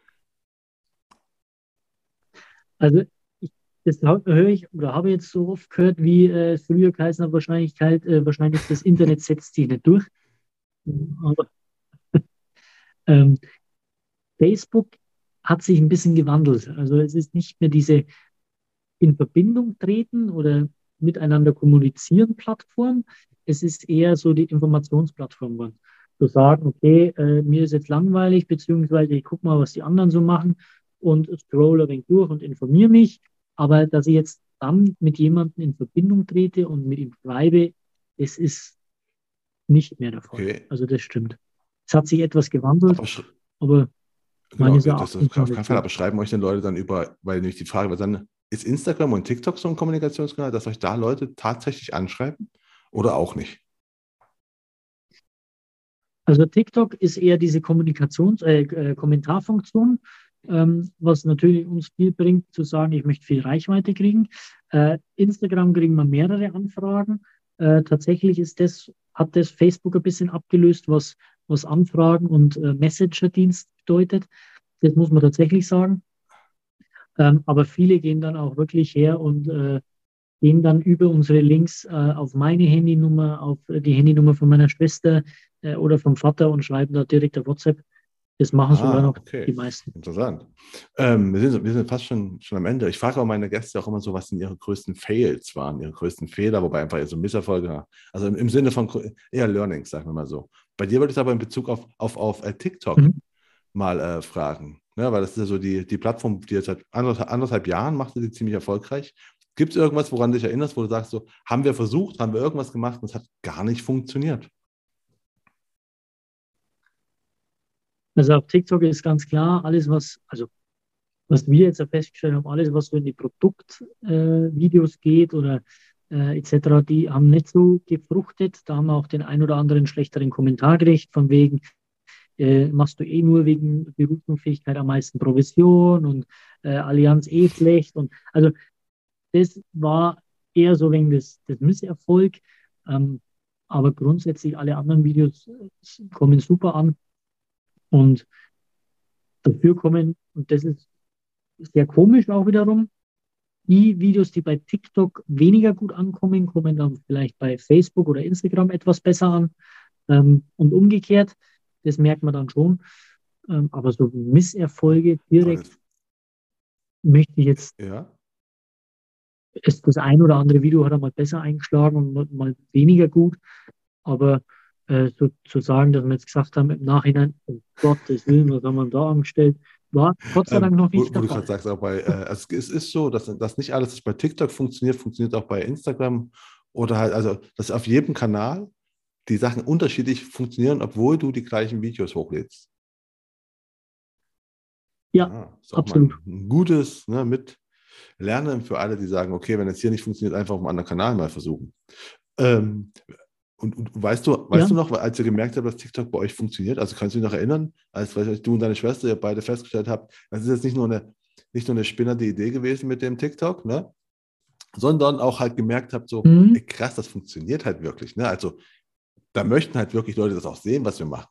also ich, das hau- höre ich oder habe jetzt so oft gehört, wie äh, früher geheißen hat, Wahrscheinlichkeit, äh, wahrscheinlich das Internet setzt sich nicht durch. Aber ähm, Facebook hat sich ein bisschen gewandelt. Also es ist nicht mehr diese in Verbindung treten oder miteinander kommunizieren Plattform. Es ist eher so die Informationsplattform geworden. Zu sagen, okay, äh, mir ist jetzt langweilig, beziehungsweise ich gucke mal, was die anderen so machen und scroll ein wenig durch und informiere mich. Aber dass ich jetzt dann mit jemandem in Verbindung trete und mit ihm schreibe, das ist nicht mehr der Fall. Okay, Also das stimmt. Es hat sich etwas gewandelt, aber sch- aber genau, meines das Erachtens ist noch auf nicht keinen Fall, so. aber schreiben euch denn Leute dann über, weil nämlich die Frage, was dann ist Instagram und TikTok so ein Kommunikationskanal, dass euch da Leute tatsächlich anschreiben oder auch nicht? Also TikTok ist eher diese Kommunikations-, äh, äh, Kommentarfunktion, ähm, was natürlich uns viel bringt, zu sagen, ich möchte viel Reichweite kriegen. Äh, Instagram kriegen wir mehrere Anfragen. Äh, tatsächlich ist das, hat das Facebook ein bisschen abgelöst, was, was Anfragen und äh, Messenger-Dienst bedeutet. Das muss man tatsächlich sagen. Ähm, aber viele gehen dann auch wirklich her und äh, gehen dann über unsere Links äh, auf meine Handynummer, auf äh, die Handynummer von meiner Schwester äh, oder vom Vater und schreiben da direkt auf WhatsApp. Das machen sogar Ah, noch die okay. meisten. Interessant. Ähm, wir sind, wir sind fast schon, schon am Ende. Ich frage auch meine Gäste auch immer so, was denn ihre größten Fails waren, ihre größten Fehler, wobei einfach eher so Misserfolge waren. Also im, im Sinne von grö- eher Learnings, sagen wir mal so. Bei dir würde ich es aber in Bezug auf, auf, auf äh, TikTok Mhm. mal äh, fragen. Ne? Weil das ist ja so die, die Plattform, die jetzt seit anderthalb, anderthalb Jahren macht, die ziemlich erfolgreich. Gibt es irgendwas, woran du dich erinnerst, wo du sagst, so, haben wir versucht, haben wir irgendwas gemacht und es hat gar nicht funktioniert? Also auf TikTok ist ganz klar, alles, was, also was wir jetzt ja festgestellt haben, alles, was so in die Produktvideos äh, Videos geht oder äh, et cetera, die haben nicht so gefruchtet. Da haben wir auch den ein oder anderen schlechteren Kommentar gekriegt, von wegen, äh, machst du eh nur wegen Berufsunfähigkeit am meisten Provision und äh, Allianz eh schlecht. Und also das war eher so wegen des, des Misserfolg. Ähm, aber grundsätzlich alle anderen Videos äh, kommen super an und dafür kommen, und das ist sehr komisch auch wiederum, die Videos, die bei TikTok weniger gut ankommen, kommen dann vielleicht bei Facebook oder Instagram etwas besser an. Ähm, und umgekehrt, das merkt man dann schon. Ähm, aber so Misserfolge Aber direkt das, möchte ich jetzt, ja. ist das ein oder andere Video hat er mal besser eingeschlagen und mal, mal weniger gut. Aber äh, so zu sagen, dass wir jetzt gesagt haben im Nachhinein, um Gottes Willen, was haben wir da angestellt, war Gott sei Dank Ähm, noch wo, nicht wo der du gerade Fall. sagst, auch bei, äh, also es ist so, dass, dass nicht alles, was bei TikTok funktioniert, funktioniert auch bei Instagram oder halt, also dass auf jedem Kanal die Sachen unterschiedlich funktionieren, obwohl du die gleichen Videos hochlädst. Ja, Ah, ist auch mal absolut. ein, ein gutes, ne, mit Lernen für alle, die sagen, okay, wenn es hier nicht funktioniert, einfach auf einem anderen Kanal mal versuchen. Ähm, und, und weißt du, weißt Ja, du noch, als ihr gemerkt habt, dass TikTok bei euch funktioniert, also kannst du dich noch erinnern, als weiß ich, du und deine Schwester ihr beide festgestellt habt, das ist jetzt nicht nur eine, nicht nur eine spinnerte Idee gewesen mit dem TikTok, ne? Sondern auch halt gemerkt habt, so, mhm. ey, krass, das funktioniert halt wirklich. Ne? Also da möchten halt wirklich Leute das auch sehen, was wir machen.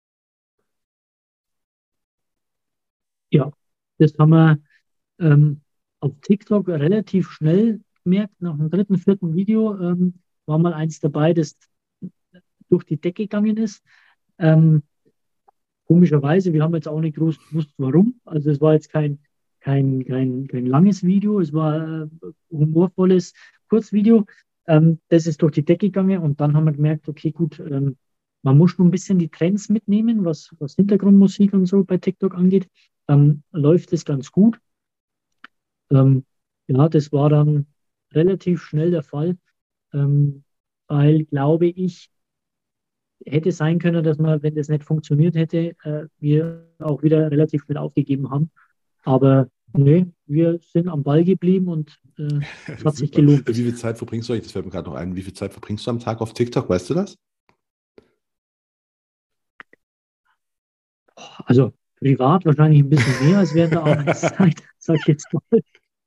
Ja, das haben wir ähm, auf TikTok relativ schnell gemerkt. Nach dem dritten, vierten Video ähm, war mal eins dabei, das durch die Decke gegangen ist. Ähm, Komischerweise, wir haben jetzt auch nicht groß gewusst, warum. Also es war jetzt kein, kein, kein, kein langes Video, es war äh, humorvolles Kurzvideo. Ähm, das ist durch die Decke gegangen und dann haben wir gemerkt, okay, gut, ähm, man muss schon ein bisschen die Trends mitnehmen, was, was Hintergrundmusik und so bei TikTok angeht. Dann läuft es ganz gut. Ähm, ja, das war dann relativ schnell der Fall, ähm, weil, glaube ich, hätte sein können, dass man, wenn das nicht funktioniert hätte, äh, wir auch wieder relativ schnell aufgegeben haben. Aber nee, wir sind am Ball geblieben und äh, es hat sich Super. gelohnt Wie viel bisher. Zeit verbringst du, das fällt mir gerade noch ein, wie viel Zeit verbringst du am Tag auf TikTok, weißt du das? Also privat wahrscheinlich ein bisschen mehr als während der Arbeitszeit, sag ich jetzt mal.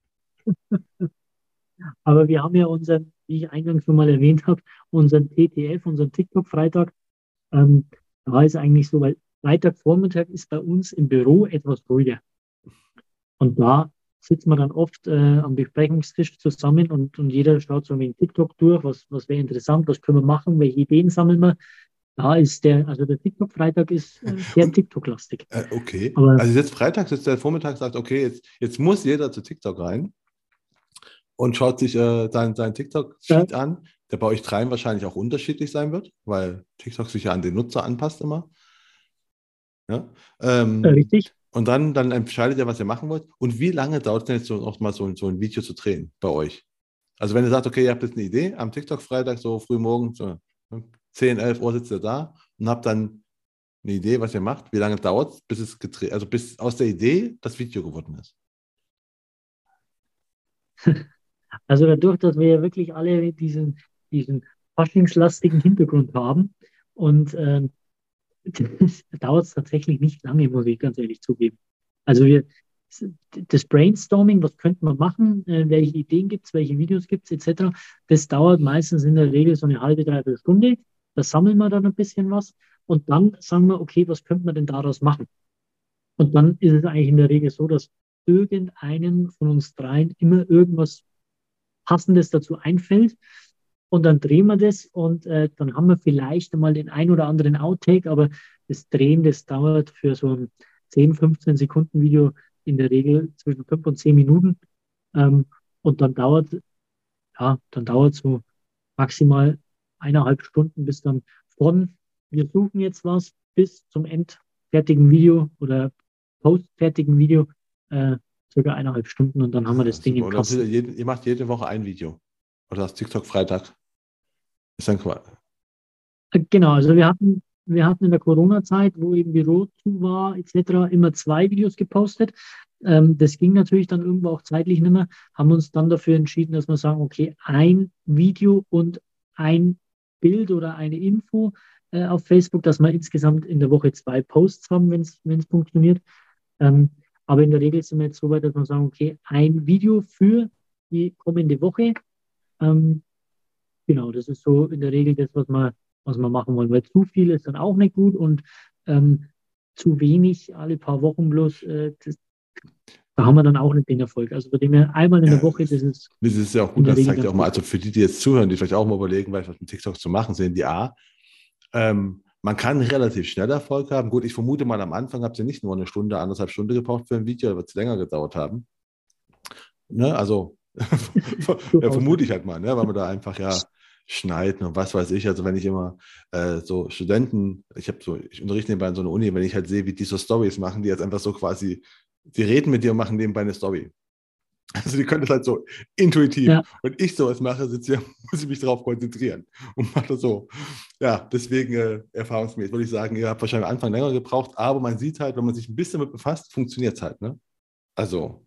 Aber wir haben ja unseren, wie ich eingangs schon mal erwähnt habe, unseren T T F, unseren TikTok-Freitag. Ähm, da ist eigentlich so, weil Freitagvormittag ist bei uns im Büro etwas ruhiger. Und da sitzt man dann oft äh, am Besprechungstisch zusammen und, und jeder schaut so mit TikTok durch, was, was wäre interessant, was können wir machen, welche Ideen sammeln wir. Da ist der, also der TikTok-Freitag ist äh, sehr Und, TikTok-lastig. äh, okay. Aber Also jetzt Freitag sitzt der Vormittag, sagt, okay, jetzt, jetzt muss jeder zu TikTok rein und schaut sich äh, seinen, seinen äh, TikTok-Feed an, der bei euch dreien wahrscheinlich auch unterschiedlich sein wird, weil TikTok sich ja an den Nutzer anpasst immer. Ja? äh, Ähm, richtig. und dann, dann entscheidet ihr, was ihr machen wollt. Und wie lange dauert es denn jetzt so, auch mal so, so ein Video zu drehen bei euch? Also wenn ihr sagt, okay, ihr habt jetzt eine Idee, am TikTok-Freitag so früh morgens, so zehn, elf Uhr sitzt ihr da und habt dann eine Idee, was ihr macht. Wie lange dauert es, bis es gedreht, also bis aus der Idee das Video geworden ist? Also dadurch, dass wir ja wirklich alle diesen, diesen faschingslastigen Hintergrund haben und ähm, dauert es tatsächlich nicht lange, muss ich ganz ehrlich zugeben. Also wir, das Brainstorming, was könnte man machen, äh, welche Ideen gibt es, welche Videos gibt es, et cetera, das dauert meistens in der Regel so eine halbe, dreiviertel Stunde. Da sammeln wir dann ein bisschen was und dann sagen wir, okay, was könnte man denn daraus machen? Und dann ist es eigentlich in der Regel so, dass irgendeinem von uns dreien immer irgendwas Passendes dazu einfällt. Und dann drehen wir das und äh, dann haben wir vielleicht einmal den ein oder anderen Outtake, aber das Drehen, das dauert für so ein zehn, fünfzehn Sekunden Video in der Regel zwischen fünf und zehn Minuten. Ähm, und dann dauert, ja, dann dauert so maximal eineinhalb Stunden, bis dann von wir suchen jetzt was bis zum endfertigen Video oder postfertigen Video äh, circa eineinhalb Stunden und dann haben wir Ah, das Ding super. im Und das ist Kasten. jede, ihr macht jede Woche ein Video. Oder das TikTok-Freitag. Ist dann quasi. Äh, Genau, also wir hatten, wir hatten in der Corona-Zeit, wo eben Büro zu war, et cetera, immer zwei Videos gepostet. Ähm, das ging natürlich dann irgendwo auch zeitlich nicht mehr, haben uns dann dafür entschieden, dass wir sagen, okay, ein Video und ein Bild oder eine Info äh, auf Facebook, dass wir insgesamt in der Woche zwei Posts haben, wenn es wenn es funktioniert. Ähm, aber in der Regel sind wir jetzt so weit, dass wir sagen, okay, ein Video für die kommende Woche. Ähm, Genau, das ist so in der Regel das, was wir, was wir machen wollen. Weil zu viel ist dann auch nicht gut und ähm, zu wenig alle paar Wochen bloß, äh, das, da haben wir dann auch nicht den Erfolg. Also bei dem her einmal in der Ja, Woche, das, das ist das ist ja auch in gut, der das Regel zeigt ja ganz auch mal, gut. also für die, die jetzt zuhören, die vielleicht auch mal überlegen, was mit TikTok zu machen, sehen die A. Ähm, man kann relativ schnell Erfolg haben. Gut, ich vermute mal, am Anfang habt ihr nicht nur eine Stunde, anderthalb Stunden gebraucht für ein Video, da wird es länger gedauert haben. Ne? Also ja, Durchaus, ja. vermute ich halt mal, ne? Weil man da einfach ja schneiden und was weiß ich. Also wenn ich immer äh, so Studenten, ich habe so, ich unterrichte nebenbei an so einer Uni, wenn ich halt sehe, wie die so Stories machen, die jetzt einfach so quasi, die reden mit dir und machen nebenbei eine Story. Also die können das halt so intuitiv. Ja, Wenn ich sowas mache, sitze hier, muss ich mich darauf konzentrieren und mache das so. Ja, deswegen äh, erfahrungsgemäß würde ich sagen, ihr habt wahrscheinlich am Anfang länger gebraucht, aber man sieht halt, wenn man sich ein bisschen mit befasst, funktioniert es halt. Ne? Also,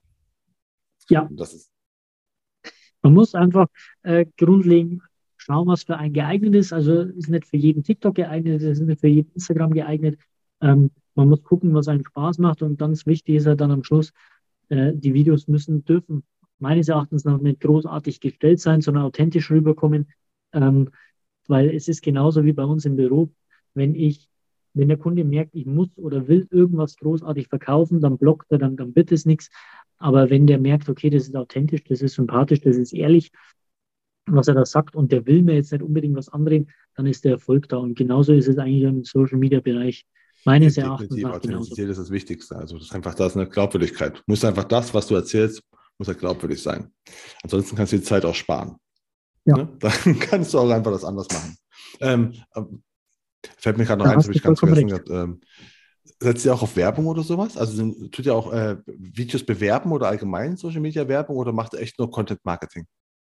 ja, das ist. man muss einfach äh, grundlegend schauen, was für einen geeignet ist. Also ist nicht für jeden TikTok geeignet, ist nicht für jeden Instagram geeignet. Ähm, man muss gucken, was einem Spaß macht und ganz wichtig ist halt dann am Schluss, äh, die Videos müssen, dürfen meines Erachtens noch nicht großartig gestellt sein, sondern authentisch rüberkommen. Ähm, weil es ist genauso wie bei uns im Büro, wenn ich, wenn der Kunde merkt, ich muss oder will irgendwas großartig verkaufen, dann blockt er, dann, dann wird es nichts. Aber wenn der merkt, okay, das ist authentisch, das ist sympathisch, das ist ehrlich, was er da sagt und der will mir jetzt nicht unbedingt was andrehen, dann ist der Erfolg da. Und genauso ist es eigentlich im Social Media Bereich meines Erachtens Definitiv, nach genauso. Authentizität ist das Wichtigste. Also das ist einfach das, eine Glaubwürdigkeit. Muss einfach das, was du erzählst, muss ja glaubwürdig sein. Ansonsten kannst du die Zeit auch sparen. Ja, Ne? Dann kannst du auch einfach das anders machen. Ähm, ähm, fällt mir gerade noch da ein, das hast habe du ich ganz vollkommen vergessen recht. gehabt. Ähm, setzt ihr auch auf Werbung oder sowas? Also sind, tut ihr auch äh, Videos bewerben oder allgemein Social Media Werbung oder macht ihr echt nur Content Marketing?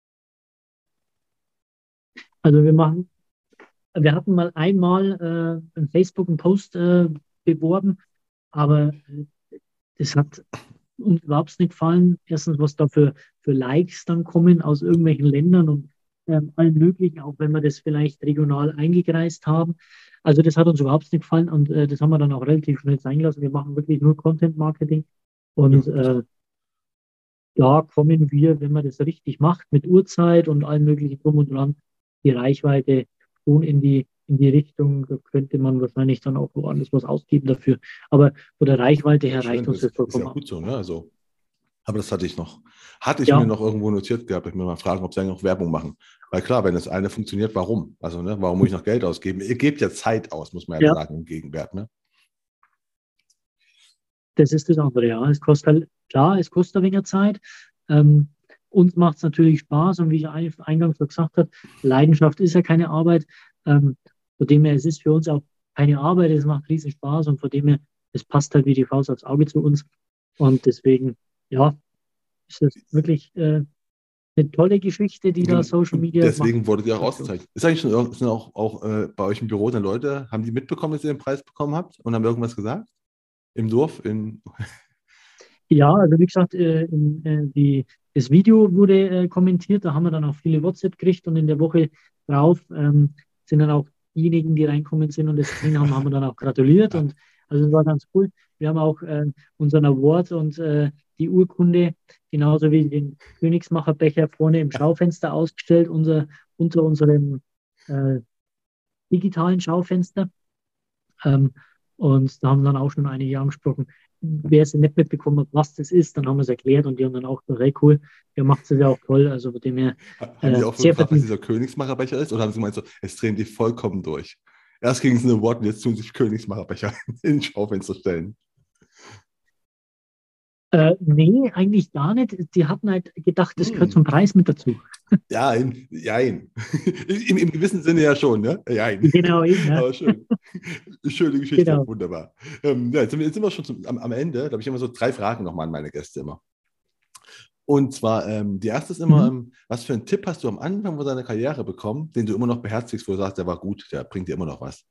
Also wir machen, wir hatten mal einmal äh, in Facebook einen Post äh, beworben, aber äh, das hat uns überhaupt nicht gefallen. Erstens, was da für, für Likes dann kommen aus irgendwelchen Ländern und ähm, allen möglichen, auch wenn wir das vielleicht regional eingekreist haben. Also das hat uns überhaupt nicht gefallen und äh, das haben wir dann auch relativ schnell sein lassen. Wir machen wirklich nur Content Marketing und Ja, das, äh, da kommen wir, wenn man das richtig macht, mit Uhrzeit und allem möglichen drum und dran, die Reichweite schon in die, in die Richtung, da könnte man wahrscheinlich dann auch woanders was ausgeben dafür. Aber von der Reichweite ja her reicht schön, uns das das ist ja vollkommen auch aus. gut so, ne? Also, aber das hatte ich noch, hatte ich mir Ja, noch irgendwo notiert gehabt. Ich mir mal fragen, ob sie eigentlich noch Werbung machen. Weil klar, wenn das eine funktioniert, warum? Also, ne, warum muss ich noch Geld ausgeben? Ihr gebt ja Zeit aus, muss man ja ja, sagen, im Gegenwert, ne? das ist das andere, ja. Es kostet halt, klar, es kostet ein wenig Zeit. Ähm, uns macht es natürlich Spaß und wie ich ein- eingangs schon gesagt habe, Leidenschaft ist ja keine Arbeit. Ähm, von dem her, es ist für uns auch keine Arbeit, es macht riesen Spaß und von dem her, es passt halt wie die Faust aufs Auge zu uns. Und deswegen, ja, ist es wirklich äh, eine tolle Geschichte, die da Genau. Social Und Media macht. deswegen wurdet ihr auch ausgezeichnet. Ist eigentlich schon irg- sind auch, auch äh, bei euch im Büro dann Leute, haben die mitbekommen, dass ihr den Preis bekommen habt und haben irgendwas gesagt? Im Dorf? In, Ja, also wie gesagt, äh, in, äh, die, das Video wurde äh, kommentiert, da haben wir dann auch viele WhatsApp gekriegt und in der Woche drauf ähm, sind dann auch diejenigen, die reinkommen sind und das gesehen haben, haben wir dann auch gratuliert und also es war ganz cool. Wir haben auch äh, unseren Award und äh, die Urkunde, genauso wie den Königsmacherbecher vorne im Schaufenster ausgestellt, unser, unter unserem äh, digitalen Schaufenster. Ähm, und da haben dann auch schon einige angesprochen, wer sie nicht mitbekommen hat, was das ist, dann haben wir es erklärt und die haben dann auch gesagt, hey cool, ihr macht es ja auch toll, also von dem her haben die äh, auch so sehr gefragt, was verdient. dieser Königsmacherbecher ist? Oder haben sie gemeint, so, es drehen die vollkommen durch? Erst ging es in ein Wort und jetzt tun sich Königsmacherbecher in die Schaufenster stellen. Äh, nee, eigentlich gar nicht. Die hatten halt gedacht, das gehört Hm. zum Preis mit dazu. Jein, jein. Im, Im gewissen Sinne ja schon, ne? Jein. Genau, eben, ja. Aber schön. Schöne Geschichte, Genau. wunderbar. Ähm, ja, jetzt, sind wir, jetzt sind wir schon zum, am, am Ende. Da habe ich immer so drei Fragen nochmal an meine Gäste immer. Und zwar, ähm, die erste ist immer, Mhm. ähm, was für einen Tipp hast du am Anfang von deiner Karriere bekommen, den du immer noch beherzigst, wo du sagst, der war gut, der bringt dir immer noch was?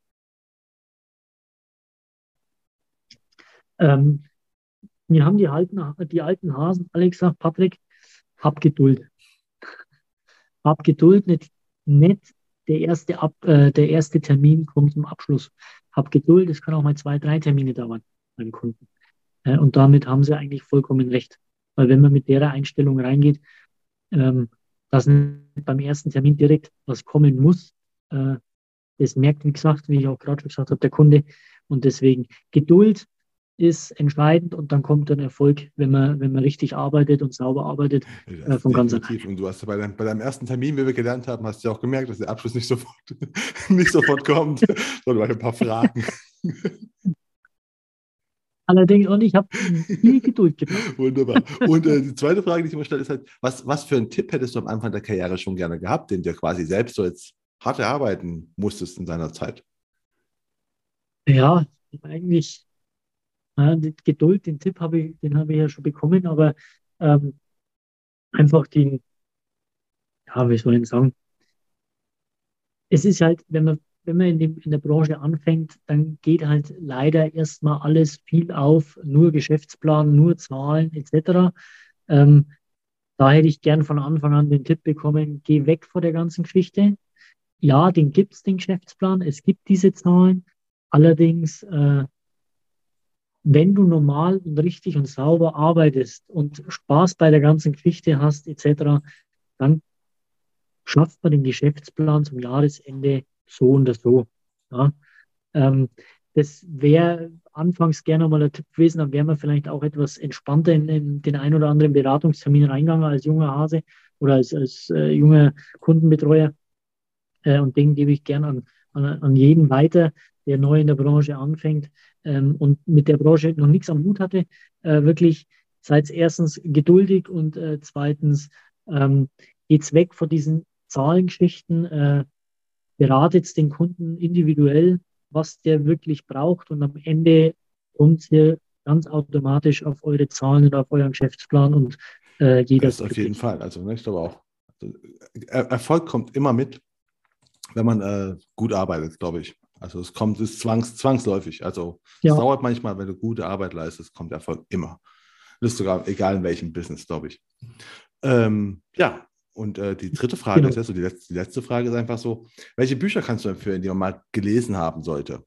Ähm, wir haben die alten, die alten Hasen alle gesagt, Patrick, hab Geduld. Hab Geduld, nicht, nicht der erste, Ab, äh, der erste Termin kommt zum Abschluss. Hab Geduld, es kann auch mal zwei, drei Termine dauern beim Kunden. Äh, und damit haben sie eigentlich vollkommen recht. Weil wenn man mit der Einstellung reingeht, ähm, dass nicht beim ersten Termin direkt was kommen muss, äh, das merkt, wie gesagt, wie ich auch gerade schon gesagt habe, der Kunde. Und deswegen Geduld ist entscheidend und dann kommt ein Erfolg, wenn man, wenn man richtig arbeitet und sauber arbeitet, äh, Das von ganz alleine. definitiv. Und du hast bei deinem, bei deinem ersten Termin, wie wir gelernt haben, hast du ja auch gemerkt, dass der Abschluss nicht sofort, nicht sofort kommt, sondern ein paar Fragen. Allerdings, und ich habe viel Geduld gebraucht. Wunderbar. Und äh, die zweite Frage, die ich immer stelle, ist halt, was, was für einen Tipp hättest du am Anfang der Karriere schon gerne gehabt, den du quasi selbst so jetzt hart erarbeiten musstest in deiner Zeit? Ja, eigentlich, ja, die Geduld, den Tipp habe ich, den habe ich ja schon bekommen, aber ähm, einfach den, ja, wie soll ich sagen, es ist halt, wenn man, wenn man in dem, in der Branche anfängt, dann geht halt leider erstmal alles viel auf, nur Geschäftsplan, nur Zahlen et cetera. Ähm, da hätte ich gern von Anfang an den Tipp bekommen, geh weg vor der ganzen Geschichte. Ja, den gibt es, den Geschäftsplan, es gibt diese Zahlen. Allerdings, äh, wenn du normal und richtig und sauber arbeitest und Spaß bei der ganzen Geschichte hast et cetera, dann schafft man den Geschäftsplan zum Jahresende so und so. Ja? Ähm, das wäre anfangs gerne mal ein Tipp gewesen, dann wäre man vielleicht auch etwas entspannter in, in den ein oder anderen Beratungstermin reingegangen als junger Hase oder als, als äh, junger Kundenbetreuer. Äh, und den gebe ich gerne an, an, an jeden weiter, der neu in der Branche anfängt ähm, und mit der Branche noch nichts am Hut hatte. Äh, wirklich seid erstens geduldig und äh, zweitens ähm, geht's weg von diesen Zahlengeschichten, äh, beratet den Kunden individuell, was der wirklich braucht und am Ende kommt ihr ganz automatisch auf eure Zahlen und auf euren Geschäftsplan und äh, jeder Das ist auf jeden glücklich. Fall. Also, ne, ich glaube auch, also, Er- Erfolg kommt immer mit, wenn man äh, gut arbeitet, glaube ich. Also es kommt, es ist zwangs, zwangsläufig. Also es Ja, dauert manchmal, wenn du gute Arbeit leistest, kommt Erfolg immer. Das ist sogar egal in welchem Business, glaube ich. Ähm, ja, Und äh, die dritte Frage Genau. ist jetzt so, die letzte, die letzte Frage ist einfach so, welche Bücher kannst du empfehlen, die man mal gelesen haben sollte?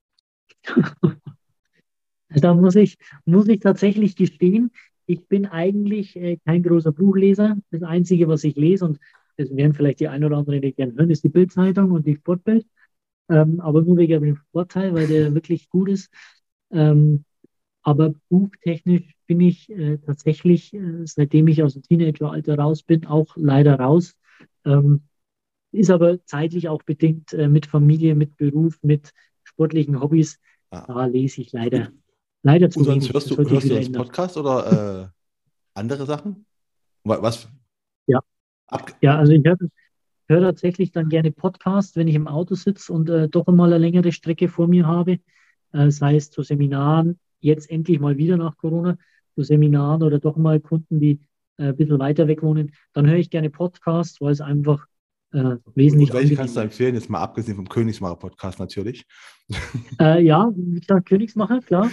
Da muss ich, muss ich tatsächlich gestehen, ich bin eigentlich äh, kein großer Buchleser. Das Einzige, was ich lese, und das werden vielleicht die ein oder anderen nicht gerne hören, ist die Bild-Zeitung und die Sportbild. Ähm, aber nur wegen dem Vorteil, weil der wirklich gut ist. Ähm, aber buchtechnisch bin ich äh, tatsächlich, äh, seitdem ich aus dem Teenageralter raus bin, auch leider raus. Ähm, Ist aber zeitlich auch bedingt äh, mit Familie, mit Beruf, mit sportlichen Hobbys. Ah. Da lese ich leider, Und, leider und zu sonst wenig. hörst Das du, sollte ich hörst du wieder sonst ändern. Podcast oder äh, andere Sachen? Wa- Was? Ja, Ab, ja, also ich höre hör tatsächlich dann gerne Podcasts, wenn ich im Auto sitze und äh, doch einmal eine längere Strecke vor mir habe. Äh, sei es zu Seminaren, jetzt endlich mal wieder nach Corona, zu Seminaren oder doch mal Kunden, die äh, ein bisschen weiter weg wohnen. Dann höre ich gerne Podcasts, weil es einfach äh, und, und wesentlich welche kannst du angenehmer ist. empfehlen? Jetzt mal abgesehen vom Königsmacher-Podcast natürlich. Äh, ja, wie gesagt, Königsmacher, klar.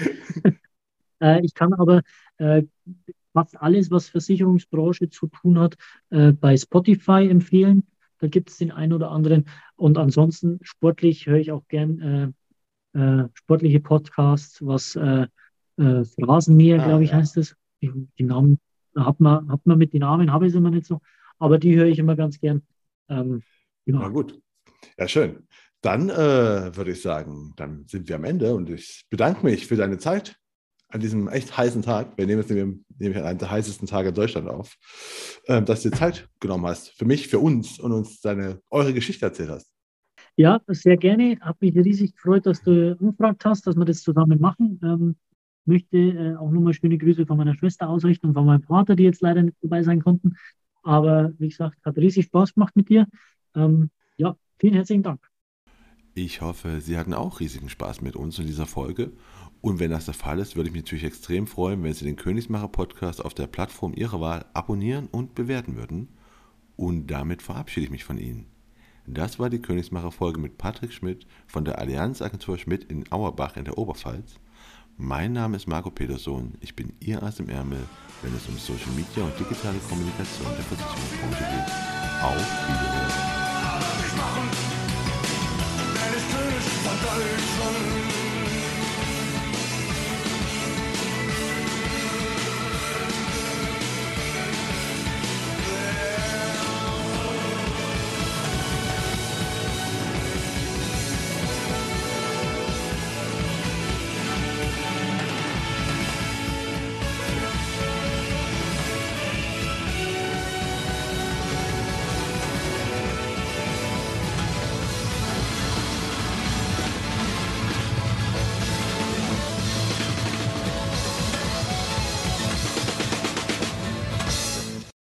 Äh, ich kann aber äh, fast alles, was Versicherungsbranche zu tun hat, äh, bei Spotify empfehlen. Da gibt es den einen oder anderen. Und ansonsten sportlich höre ich auch gern äh, äh, sportliche Podcasts, was äh, äh, Phrasenmäher, Ah, glaube ich, ja. heißt es. Die, die Namen hat man, hat man mit den Namen, habe ich es immer nicht so. Aber die höre ich immer ganz gern. Ähm, Na ja. gut. Ja, schön. Dann äh, würde ich sagen, dann sind wir am Ende und ich bedanke mich für deine Zeit an diesem echt heißen Tag. Wir nehmen jetzt nämlich nämlich an einem der heißesten Tage in Deutschland auf, äh, dass du dir Zeit genommen hast. Für mich, für uns und uns deine, eure Geschichte erzählt hast. Ja, sehr gerne. Hat mich riesig gefreut, dass du angefragt hast, dass wir das zusammen machen. Ähm, möchte äh, auch nochmal schöne Grüße von meiner Schwester ausrichten und von meinem Vater, die jetzt leider nicht dabei sein konnten. Aber wie gesagt, hat riesig Spaß gemacht mit dir. Ähm, ja, vielen herzlichen Dank. Ich hoffe, Sie hatten auch riesigen Spaß mit uns in dieser Folge. Und wenn das der Fall ist, würde ich mich natürlich extrem freuen, wenn Sie den Königsmacher-Podcast auf der Plattform Ihrer Wahl abonnieren und bewerten würden. Und damit verabschiede ich mich von Ihnen. Das war die Königsmacher-Folge mit Patrick Schmidt von der Allianz-Agentur Schmidt in Auerbach in der Oberpfalz. Mein Name ist Marco Petersohn. Ich bin Ihr Ass im Ärmel, wenn es um Social Media und digitale Kommunikation der Versicherungsbranche geht. Auf Wiedersehen.